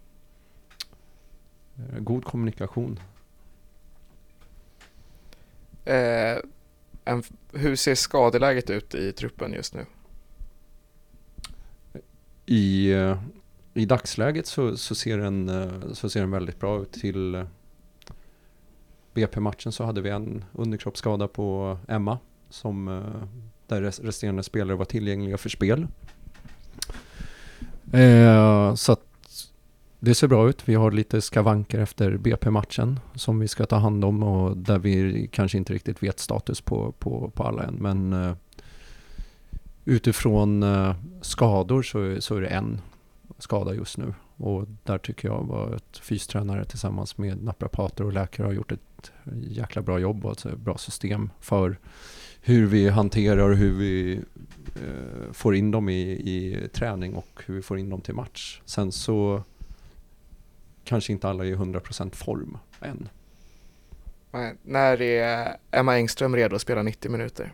god kommunikation. Eh, en, hur ser skadeläget ut i truppen just nu? I... Eh, I dagsläget så, så, ser den, så ser den väldigt bra ut. Till B P-matchen så hade vi en underkroppsskada på Emma som, där resterande spelare var tillgängliga för spel. Eh, så att det ser bra ut. Vi har lite skavanker efter B P-matchen som vi ska ta hand om och där vi kanske inte riktigt vet status på, på, på alla än. Men eh, utifrån eh, skador så, så är det en skada just nu och där tycker jag var ett fystränare tillsammans med naprapater och läkare har gjort ett jäkla bra jobb och ett bra system för hur vi hanterar hur vi eh, får in dem i, i träning och hur vi får in dem till match. Sen så kanske inte alla är hundra procent form än. Nej, när är Emma Engström redo att spela nittio minuter?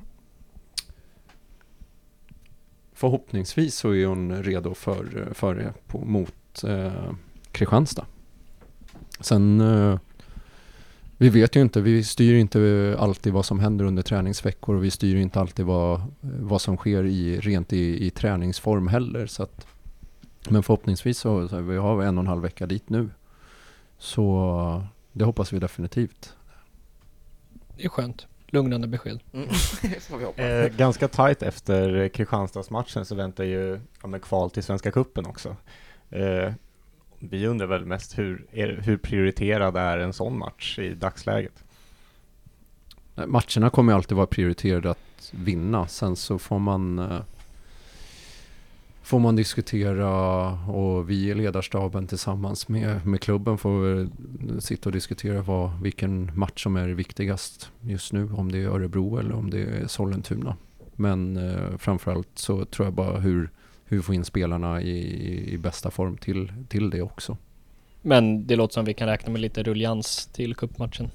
Förhoppningsvis så är hon redo för, för det på, mot eh, Kristianstad. Sen, eh, vi vet ju inte, vi styr inte alltid vad som händer under träningsveckor och vi styr inte alltid vad, vad som sker i, rent i, i träningsform heller. Så att, men förhoppningsvis så, så vi har en och en halv vecka dit nu. Så det hoppas vi definitivt. Det är skönt. Lugnande besked. Mm. Så vi hoppas. Eh, ganska tajt efter Kristianstadsmatchen så väntar ju ja, med kval till Svenska cupen också. Eh, vi undrar väl mest hur, är, hur prioriterad är en sån match i dagsläget? Matcherna kommer alltid vara prioriterade att vinna. Sen så får man eh, får man diskutera och vi i ledarstaben tillsammans med, med klubben får sitta och diskutera vad, vilken match som är viktigast just nu. Om det är Örebro eller om det är Sollentuna. Men eh, framförallt så tror jag bara hur, hur vi får in spelarna i, i bästa form till, till det också. Men det låter som vi kan räkna med lite rullians till cupmatchen.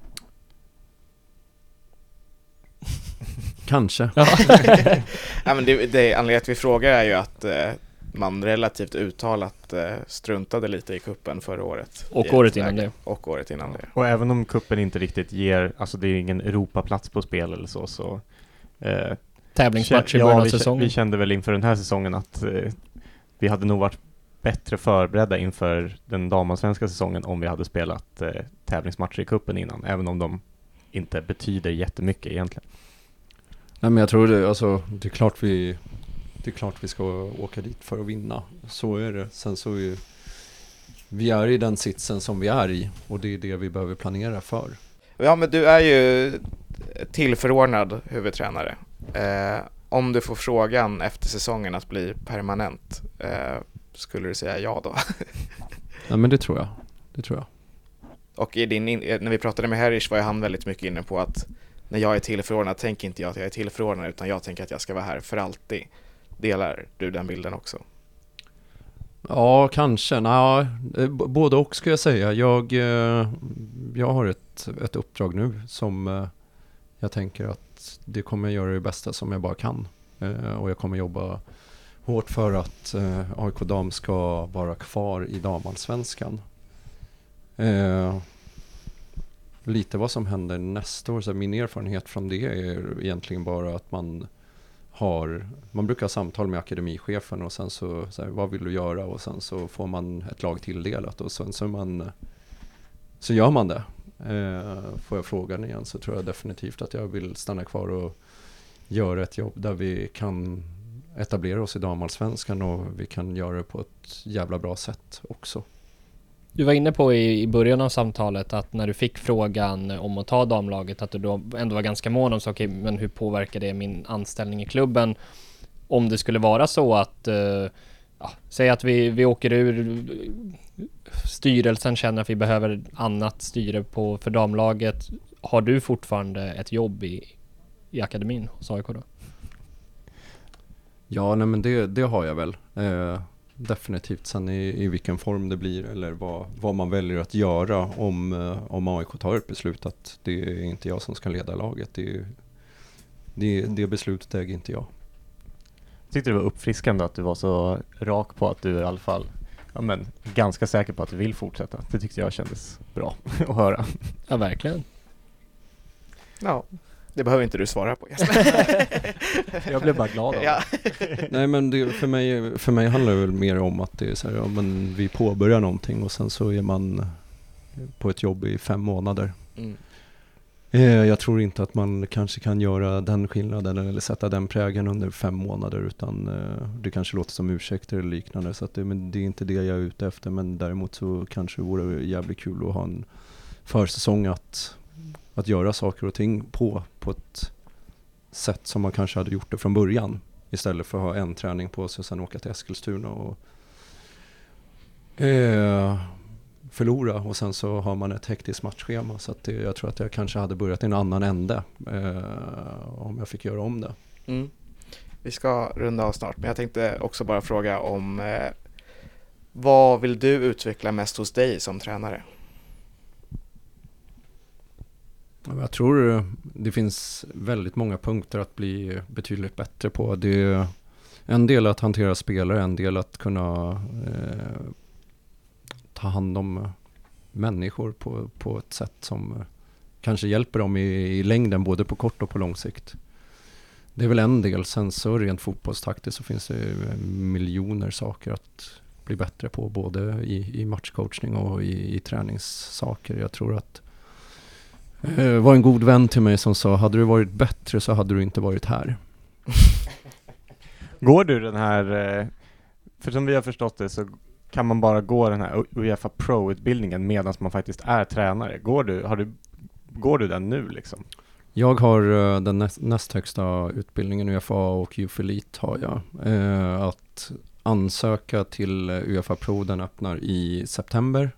Kanske. Ja, men det, det anledningen att vi frågar är ju att eh, man relativt uttalat eh, struntade lite i kuppen förra året. Och året innan det. Och året innan det. Och även om kuppen inte riktigt ger, alltså det är ingen Europaplats på spel eller så, så eh, tävlingsmatcher i ja, början av vi, säsongen. vi kände väl inför den här säsongen att eh, vi hade nog varit bättre förberedda inför den damallsvenska säsongen om vi hade spelat eh, tävlingsmatcher i kuppen innan, även om de inte betyder jättemycket egentligen. Nej, men jag tror det, alltså, det är klart vi det är klart vi ska åka dit för att vinna. Så är det. Sen så är vi är i den sitsen som vi är i och det är det vi behöver planera för. Ja, men du är ju tillförordnad huvudtränare. Eh, om du får frågan efter säsongen att bli permanent, eh, skulle du säga ja då? Nej, men det tror jag. Det tror jag. Och i din, när vi pratade med Herish var han väldigt mycket inne på att när jag är tillförordnad tänker inte jag att jag är tillförordnad utan jag tänker att jag ska vara här för alltid. Delar du den bilden också? Ja, kanske. Nå, b- både och ska jag säga. Jag, eh, jag har ett, ett uppdrag nu som eh, jag tänker att det kommer jag göra det bästa som jag bara kan. Eh, och jag kommer jobba hårt för att eh, A I K Dam ska vara kvar i damallsvenskan. Eh, lite vad som händer nästa år. Så min erfarenhet från det är egentligen bara att man har, man brukar ha samtal med akademichefen och sen så, så här, vad vill du göra? Och sen så får man ett lag tilldelat och sen så, man, så gör man det. Eh, får jag frågan igen så tror jag definitivt att jag vill stanna kvar och göra ett jobb där vi kan etablera oss i damallsvenskan och vi kan göra det på ett jävla bra sätt också. Du var inne på i, i början av samtalet att när du fick frågan om att ta damlaget att du då ändå var ganska mån om så okej, okay, men hur påverkar det min anställning i klubben? Om det skulle vara så att uh, ja, säg att vi, vi åker ur, styrelsen känner att vi behöver annat styre på för damlaget. Har du fortfarande ett jobb i, i akademin hos A I K då? Ja, nej men det, det har jag väl. Eh, definitivt. Sen i, i vilken form det blir eller vad, vad man väljer att göra om, eh, om A I K tar ett beslut att det är inte jag som ska leda laget. Det, det, det beslutet äger inte jag. Jag tyckte det var uppfriskande att du var så rak på att du i alla fall ja, men, ganska säker på att du vill fortsätta. Det tyckte jag kändes bra att höra. Ja, verkligen. Ja, det behöver inte du svara på. Jag blev bara glad av ja. Nej men det, för, mig, för mig handlar det väl mer om att det är så här, ja, men vi påbörjar någonting och sen så är man på ett jobb i fem månader. Mm. Eh, jag tror inte att man kanske kan göra den skillnaden eller sätta den prägen under fem månader utan eh, det kanske låter som ursäkter eller liknande så att det, men det är inte det jag är ute efter men däremot så kanske det vore jävligt kul att ha en försäsong att, att göra saker och ting på på ett sätt som man kanske hade gjort det från början istället för att ha en träning på sig och sen åka till Eskilstuna och eh, förlora och sen så har man ett hektiskt matchschema så att det, jag tror att jag kanske hade börjat i en annan ände eh, om jag fick göra om det. Mm. Vi ska runda av snart men jag tänkte också bara fråga om eh, vad vill du utveckla mest hos dig som tränare? Jag tror det finns väldigt många punkter att bli betydligt bättre på. Det är en del att hantera spelare, en del att kunna eh, ta hand om människor på, på ett sätt som kanske hjälper dem i, i längden, både på kort och på lång sikt. Det är väl en del. Sen så rent fotbollstaktiskt så finns det miljoner saker att bli bättre på, både i, i matchcoachning och i, i träningssaker. Jag tror att det var en god vän till mig som sa, hade du varit bättre så hade du inte varit här. Går du den här, för som vi har förstått det så kan man bara gå den här UEFA Pro-utbildningen medan man faktiskt är tränare. Går du, har du, går du den nu liksom? Jag har uh, den näst, näst högsta utbildningen, UEFA och Youth Elite har jag. Uh, att ansöka till UEFA Pro, den öppnar i september.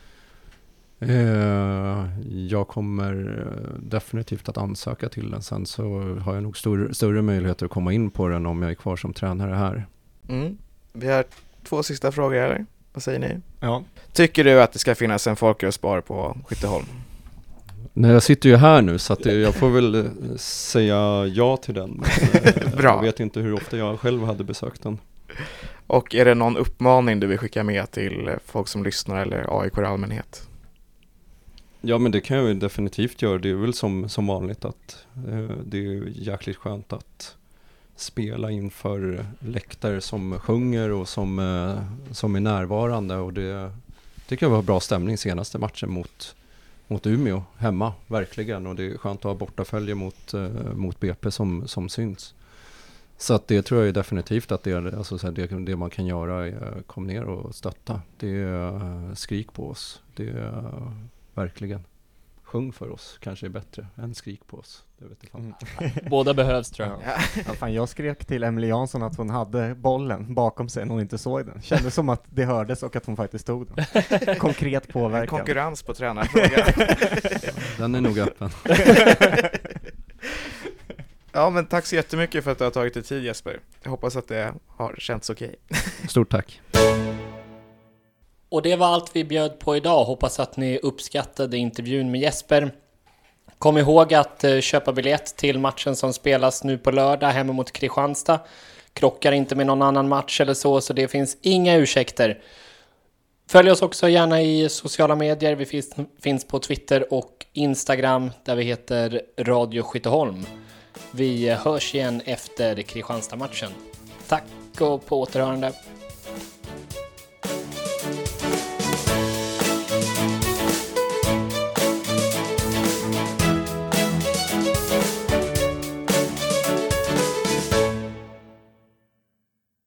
Uh, jag kommer uh, definitivt att ansöka till den. Sen så har jag nog stor, större möjligheter att komma in på den om jag är kvar som tränare här. Mm. Vi har två sista frågor eller? Vad säger ni? Ja. Tycker du att det ska finnas en folkrörelsebar på Skytteholm? Nej, jag sitter ju här nu så att det, jag får väl uh, säga ja till den. Men, Bra. Jag vet inte hur ofta jag själv hade besökt den. Och är det någon uppmaning du vill skicka med till folk som lyssnar eller A I K i allmänhet? Ja, men det kan jag ju definitivt göra. Det är väl som, som vanligt att eh, det är jäkligt skönt att spela inför läktare som sjunger och som, eh, som är närvarande. Och det tycker jag var bra stämning senaste matchen mot, mot Umeå hemma, verkligen. Och det är skönt att ha bortafölje mot, eh, mot B P som, som syns. Så att det tror jag är definitivt att det är alltså så här, det, det man kan göra är kom ner och stötta. Det är uh, skrik på oss. Det är uh, verkligen. Sjung för oss kanske är bättre än skrik på oss. Det vet jag fan. Mm. Båda behövs tror jag. Ja. Ja, fan, jag skrek till Emily Jansson att hon hade bollen bakom sig när hon inte såg den. Kändes som att det hördes och att hon faktiskt tog den. Konkret påverkan. Konkurrens på tränarfrågan. Den är nog öppen. Ja, men tack så jättemycket för att du har tagit dig tid, Jesper. Jag hoppas att det har känts okej. Stort tack. Och det var allt vi bjöd på idag. Hoppas att ni uppskattade intervjun med Jesper. Kom ihåg att eh, köpa biljett till matchen som spelas nu på lördag hemma mot Kristianstad. Krockar inte med någon annan match eller så, så det finns inga ursäkter. Följ oss också gärna i sociala medier. Vi finns, finns på Twitter och Instagram där vi heter Radio Skytteholm. Vi hörs igen efter Kristianstad-matchen. Tack och på återhörande.